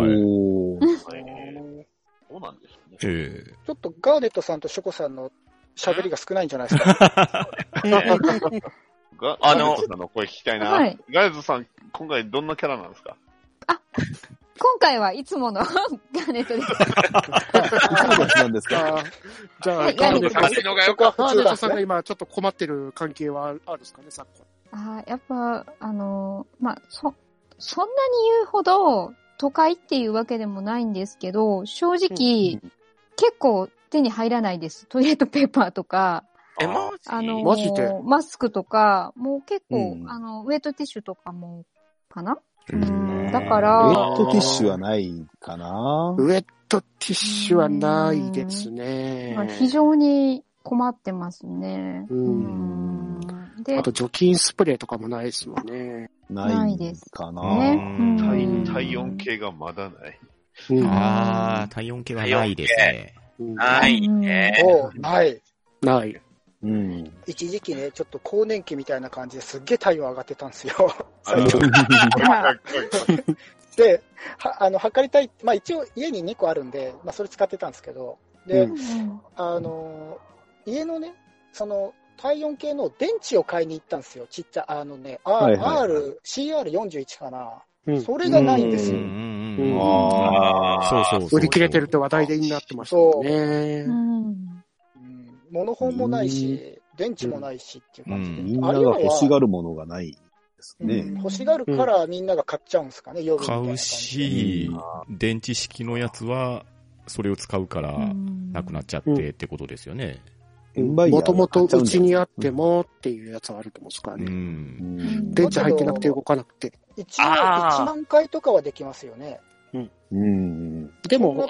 そうなんですね。 ちょっとガーネットさんとショコさんの喋りが少ないんじゃないですか？ ガーネットさんの声聞きたいな。ガーネットさん、今回どんなキャラなんですか？ 今回はいつものガーネットです。 何ですか？ じゃあ、ガーネットさんが今ちょっと困ってる関係はあるんですかね、昨今。やっぱ、そんなに言うほど都会っていうわけでもないんですけど、正直、結構手に入らないです。トイレットペーパーとか、 マジでマスクとか、もう結構、ウェットティッシュとかも、かな？だから、 ウェットティッシュはないかな？ ウェットティッシュはないですね。 非常に困ってますね。 あと除菌スプレーとかもないですもんね。 ないですかな。 体温計がまだない。 体温計はないですね。 ないね。 ない。 ない。 一時期ね、ちょっと更年期みたいな感じですっげえ体温上がってたんですよ。で、測りたい、一応家に2個あるんで、それ使ってたんですけど、で、家のね、その体温計の電池を買いに行ったんですよ。ちっちゃ、CR41 かな。それがないんですよ。 そう。売り切れてるって話題でになってましたね。 モノホンもないし、電池もないしっていう感じで。 みんなが欲しがるものがないですね。 欲しがるからみんなが買っちゃうんですかね、夜みたいな買うし、電池式のやつはそれを使うからなくなっちゃってってことですよね。 もともとうちにあってもっていうやつはあると思うんですからね。電池入ってなくて動かなくて。 一応1万回とかはできますよね。 でも、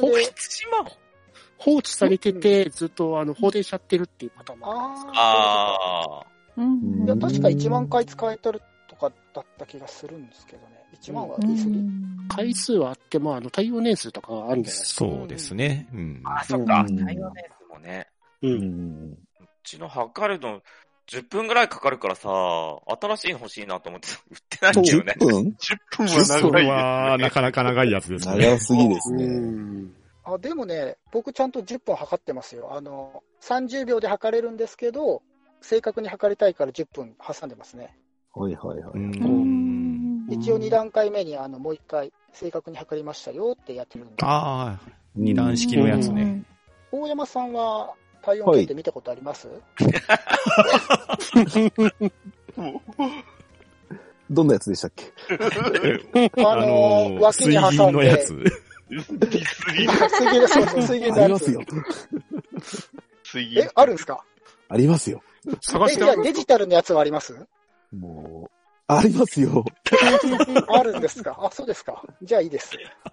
放置されてて、ずっと放電しちゃってるっていうパターンもあるんですか？確か1万回使えてるとかだった気がするんですけどね。1万は言い過ぎ？ 回数はあっても、対応年数とかはあるんじゃないですか。 そうですね。 そっか。対応年数もね。うちの測るの10分ぐらいかかるからさ、新しいの欲しいなと思って売ってないんだよね。 10分はなかなか長いやつですね。 長すぎですね。 でもね、僕ちゃんと10分測ってますよ。30秒で測れるんですけど、正確に測りたいから10分挟んでますね。 はいはいはい。 一応2段階目にもう1回正確に測りましたよってやってるんで。 2段式のやつね。 大山さんは体温計って見たことあります？ どんなやつでしたっけ？ 脇に挟んで。水銀のやつ。 水銀のやつ。 ありますよ。 あるんですか？ ありますよ。 じゃあデジタルのやつはあります？ もう、ありますよ。 あるんですか？そうですか。じゃあいいです。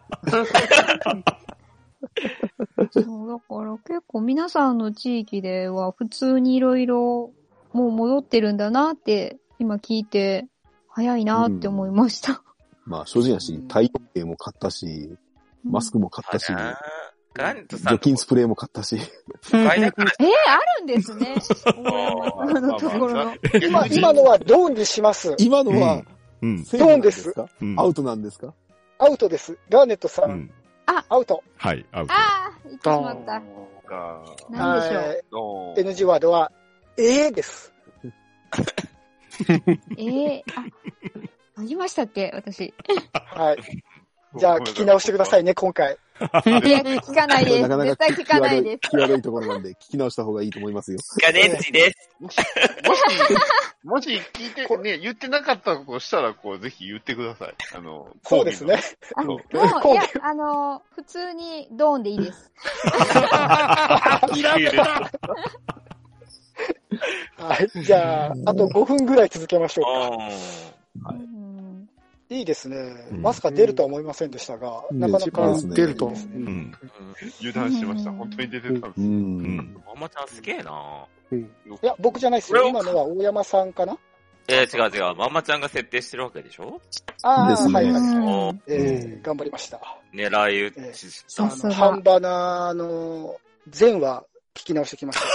そう、だから結構皆さんの地域では普通にいろいろもう戻ってるんだなって今聞いて早いなって思いました。 正直なし、体温計も買ったし、マスクも買ったし、 ガーネットさん。 除菌スプレーも買ったし。 あるんですね。ところの。 今のはドーンにします。 今のは、 ドーンです。 アウトなんですか？ アウトです。ガーネットさん。アウト。 はい、アウト。 言ってしまった。何でしょう。 NG ワードは、です。 言いましたっけ私。 はい。じゃあ、聞き直してくださいね、今回。 いや、聞かないです。絶対聞かないです。 際どいところなんで、聞き直した方がいいと思いますよ。 ガネッチです。 もし聞いて、ね、言ってなかったとしたら、ぜひ言ってください。 そうですね。 もう、いや、普通にドーンでいいです。 はい。じゃあ、あと5分ぐらい続けましょうか。いいですね。まさか出るとは思いませんでしたが、なかなか出ると。 油断しました。本当に出てたんです。 ママちゃんすげえな。 いや、僕じゃないですよ。今のは大山さんかな？ 違う。ママちゃんが設定してるわけでしょ？ はいはい。頑張りました。 狙い撃ち。 半ばなの前話聞き直してきました。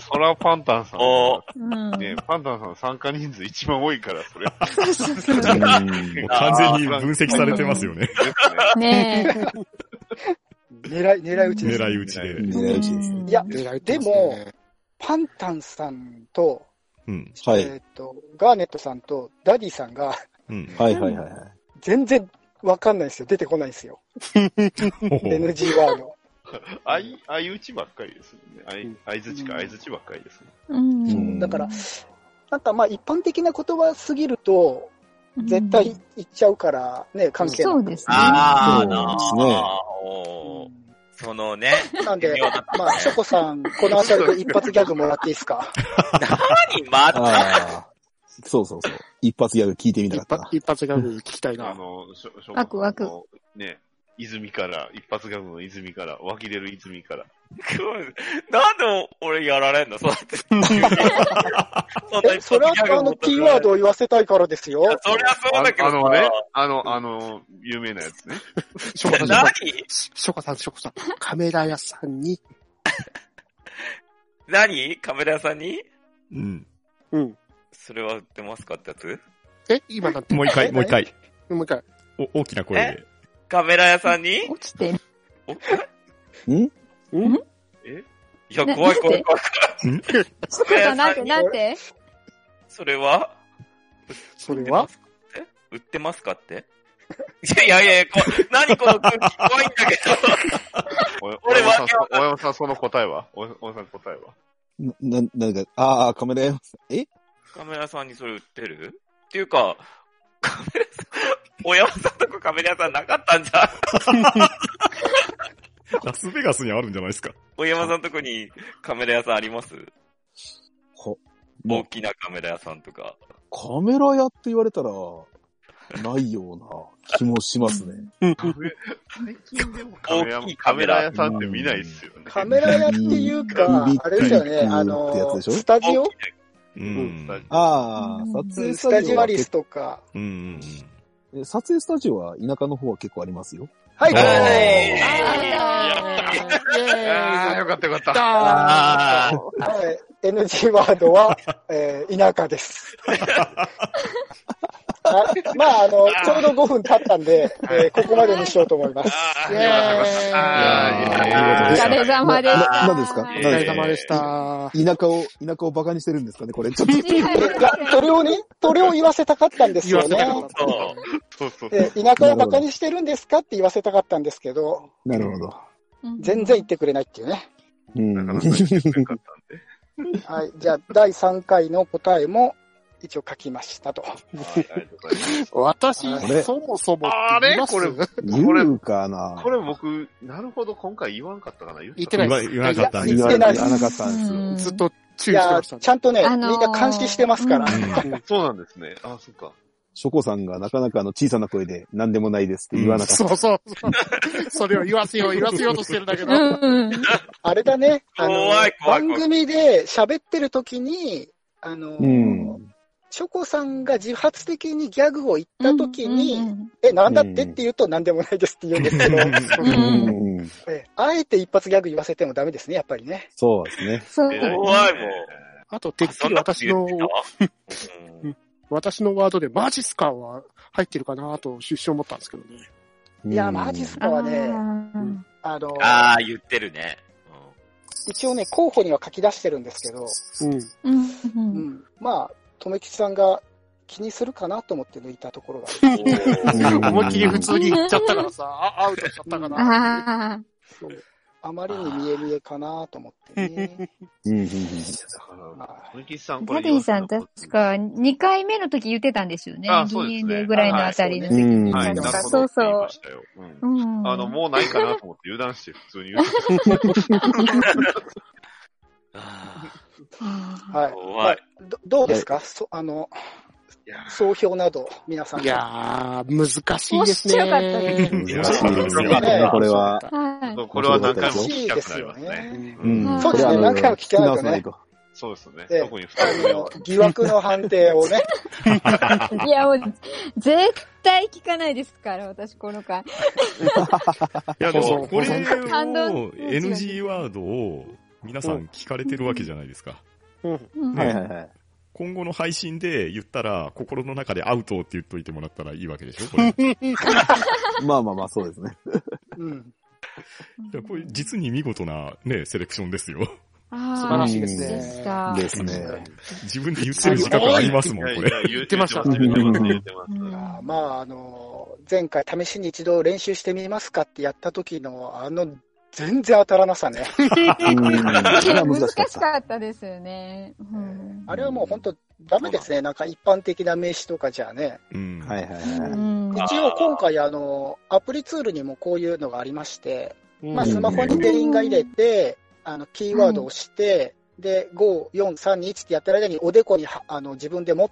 そらパンタンさん。ね、パンタンさん参加人数一番多いから、それ。 もう完全に分析されてますよね。 ねえ。狙い撃ちです。 狙い撃ちで。 狙い撃ちです。 いや、でも、パンタンさんと、ガーネットさんとダディさんが、全然わかんないですよ。出てこないですよ。NG ワード。 相打ちばっかりですね。相づちばっかりですね。 だから、なんかまあ一般的な言葉すぎると、絶対言っちゃうからね、関係ない。 そうですね。 そのね。 なんで、まあ、ショコさん、このあたりで一発ギャグもらっていいですか？ 何またそう。一発ギャグ聞いてみたかった。 一発ギャグ聞きたいな。 ワク。 ね。泉から、一発ギャグの泉から、湧き出る泉から。 なんで俺やられんの？そうやって。 それはキーワードを言わせたいからですよ。 そりゃそうだけどね。有名なやつね。 ショコさん。カメラ屋さんに。 何？カメラ屋さんに？それは売ってますかってやつ？ 今なんて。 もう一回。大きな声で。 カメラ屋さんに落ちてる。 いや、怖い。 ショコさん、なんてそれは売ってますかって？いや、何この空気怖いんだけど。 大山さん、その答えは？大山さん答えは？ なんか、カメラ屋さん、 カメラ屋さんにそれ売ってる？っていうか、カメラ屋さん、大山さんとこカメラ屋さんなかったんじゃん。 ラスベガスにあるんじゃないですか。 大山さんとこにカメラ屋さんあります？大きなカメラ屋さんとか。 カメラ屋って言われたら、ないような気もしますね。 最近でもカメラ屋さんって見ないっすよね。 カメラ屋っていうか、あれですよね、スタジオ？スタジオアリスとか。 撮影スタジオは田舎の方は結構ありますよ。 はい。 よかった。 NG ワードは、田舎です。まあ、ちょうど5分経ったんで、ここまでにしようと思います。 お疲れ様でした。 何ですか？お疲れ様でした。 田舎をバカにしてるんですかね、これ。ちょっと。 いや、それを言わせたかったんですよね。田舎をバカにしてるんですかって言わせたかったんですけど。 なるほど。 全然言ってくれないっていうね。はい。じゃあ、第3回の答えも一応書きましたと。 私、そもそもこれ言うかな。 これ僕、なるほど、今回言わんかったかな？ 言ってない。 言わなかったんです。 言わなかったんですよ。 ずっと注意してました。 ちゃんとね、みんな監視してますから。 そうなんですね。そっか。 ショコさんがなかなか小さな声で何でもないですって言わなかった。 そう。それを言わせようとしてるんだけど。 あれだね、番組で喋ってる時に、 チョコさんが自発的にギャグを言ったときに、なんだってって言うと何でもないですって言うんですけど、あえて一発ギャグ言わせてもダメですね、やっぱりね。 そうですね。 怖いもん。 あと、てっきり私のワードでマジっすかは入ってるかなと出身思ったんですけどね。 いや、マジっすかはね、 言ってるね。 一応ね、候補には書き出してるんですけど、まあ、とめきちさんが気にするかなと思って抜いたところが思いっきり普通に言っちゃったからさ、アウトしちゃったかな。 あまりに見え見えかなと思ってね。 ダディさん確か2回目の時言ってたんですよね。DNA ぐらいのあたりの時に。そうそう。 もうないかなと思って油断して普通に言ってた。はい。どうですか総評など、皆さん。 いやー、難しいですね。 難しいですね、これは。 これは何回も聞きたくなりますね。 そうですね、何回も聞きたくないと。 そうですね。 特に疑惑の判定をね。 いや、もう、絶対聞かないですから、私、この回。 いや、でも、これを、NG ワードを、皆さん聞かれてるわけじゃないですか。今後の配信で言ったら、心の中でアウトって言っといてもらったらいいわけでしょこれまあまあまあ、そうですね。 これ、実に見事なね、セレクションですよ。 素晴らしいですね。 ですね。 自分で言ってる自覚ありますもん、これ。 言ってました。 まあ、前回試しに一度練習してみますかってやった時の、全然当たらなさね。 難しかったですよね。 あれはもう本当ダメですね。なんか一般的な名詞とかじゃね。一応今回アプリツールにもこういうのがありまして、まあスマホにデリンが入れて、キーワードを押して、で、5、4、3、2、1ってやってる間におでこに自分で持って、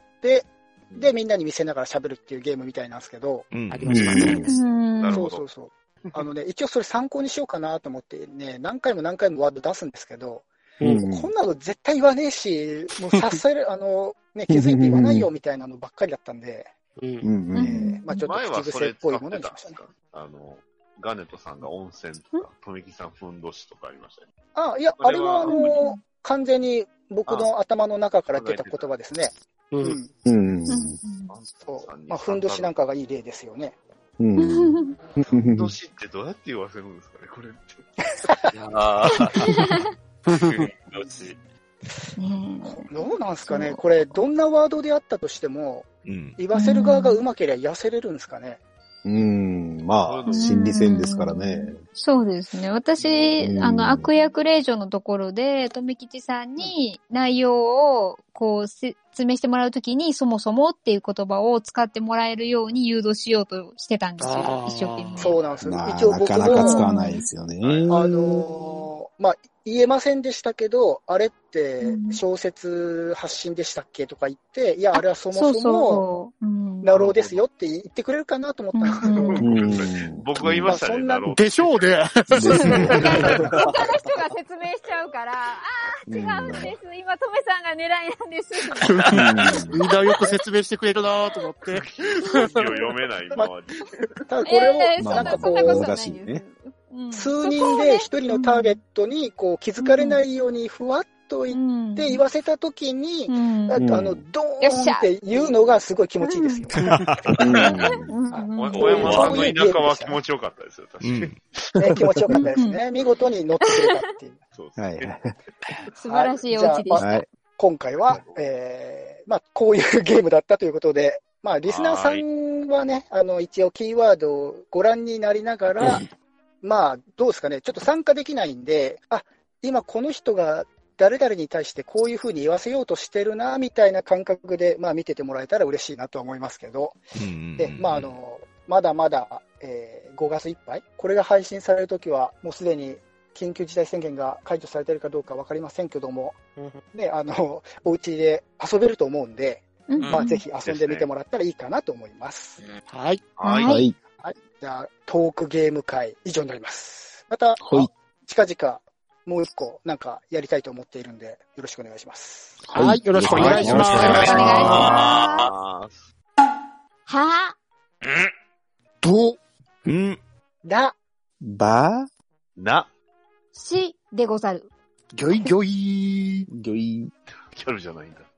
で、みんなに見せながら喋るっていうゲームみたいなんですけど。 ありましたね。 そうそうそう。一応それ参考にしようかなと思ってね、何回もワード出すんですけど、こんなの絶対言わねえし、もうさせる、気づいて言わないよみたいなのばっかりだったんで、まあちょっと口癖っぽいものにしましたね。 ガネトさんが温泉とか、とめきさんふんどしとかありましたね。 いや、あれは完全に僕の頭の中から出た言葉ですね。まあふんどしなんかがいい例ですよね。 ふんどしってどうやって言わせるんですかね、これって。いやふんどし。 どうなんですかね、これ、どんなワードであったとしても、言わせる側がうまければ痩せれるんですかね。 まあ、心理戦ですからね。 そうですね。私、悪役令状のところで、とめきちさんに内容を、こう、説明してもらうときに、そもそもっていう言葉を使ってもらえるように誘導しようとしてたんですよ。一生懸命。 そうなんですよ。 一応僕も。なかなか使わないですよね。 まあ、言えませんでしたけど、あれって小説発信でしたっけとか言って、いや、あれはそもそも、ナローですよって言ってくれるかなと思ったんですけど。 僕が言いましたね、ナロー。 でしょうね。 他の人が説明しちゃうから、違うんです。今、トメさんが狙いなんです。 みんなよく説明してくれるなと思って。 読めない、周り。 ただこれを、なんかこう、 難しいね。 数人で一人のターゲットにこう気づかれないようにふわっと言って言わせたときに、ドーンって言うのがすごい気持ちいいですよ。 小山さんの田舎は気持ちよかったですよ、確かに。気持ちよかったですね。見事に乗ってくれたっていう。 素晴らしいお家でした。 今回は、まあ、こういうゲームだったということで、まあ、リスナーさんはね、一応キーワードをご覧になりながら、まあ、どうですかね。ちょっと参加できないんで、今この人が誰々に対してこういうふうに言わせようとしてるな、みたいな感覚で、まあ見ててもらえたら嬉しいなと思いますけど。で、まあまだまだ、5月いっぱい。これが配信されるときは、もうすでに緊急事態宣言が解除されてるかどうかわかりませんけども、ね、お家で遊べると思うんで、まあぜひ遊んでみてもらったらいいかなと思います。 はい。 はい。じゃあ、トークゲーム会以上になります。また、近々、 もう一個なんかやりたいと思っているんで、よろしくお願いします。 はい、よろしくお願いします。よろしくお願いします。 は、 と、 ら、 ば、 な、 しでござる。 ギョイギョイ。 ギョイ。 ギャルじゃないんだ。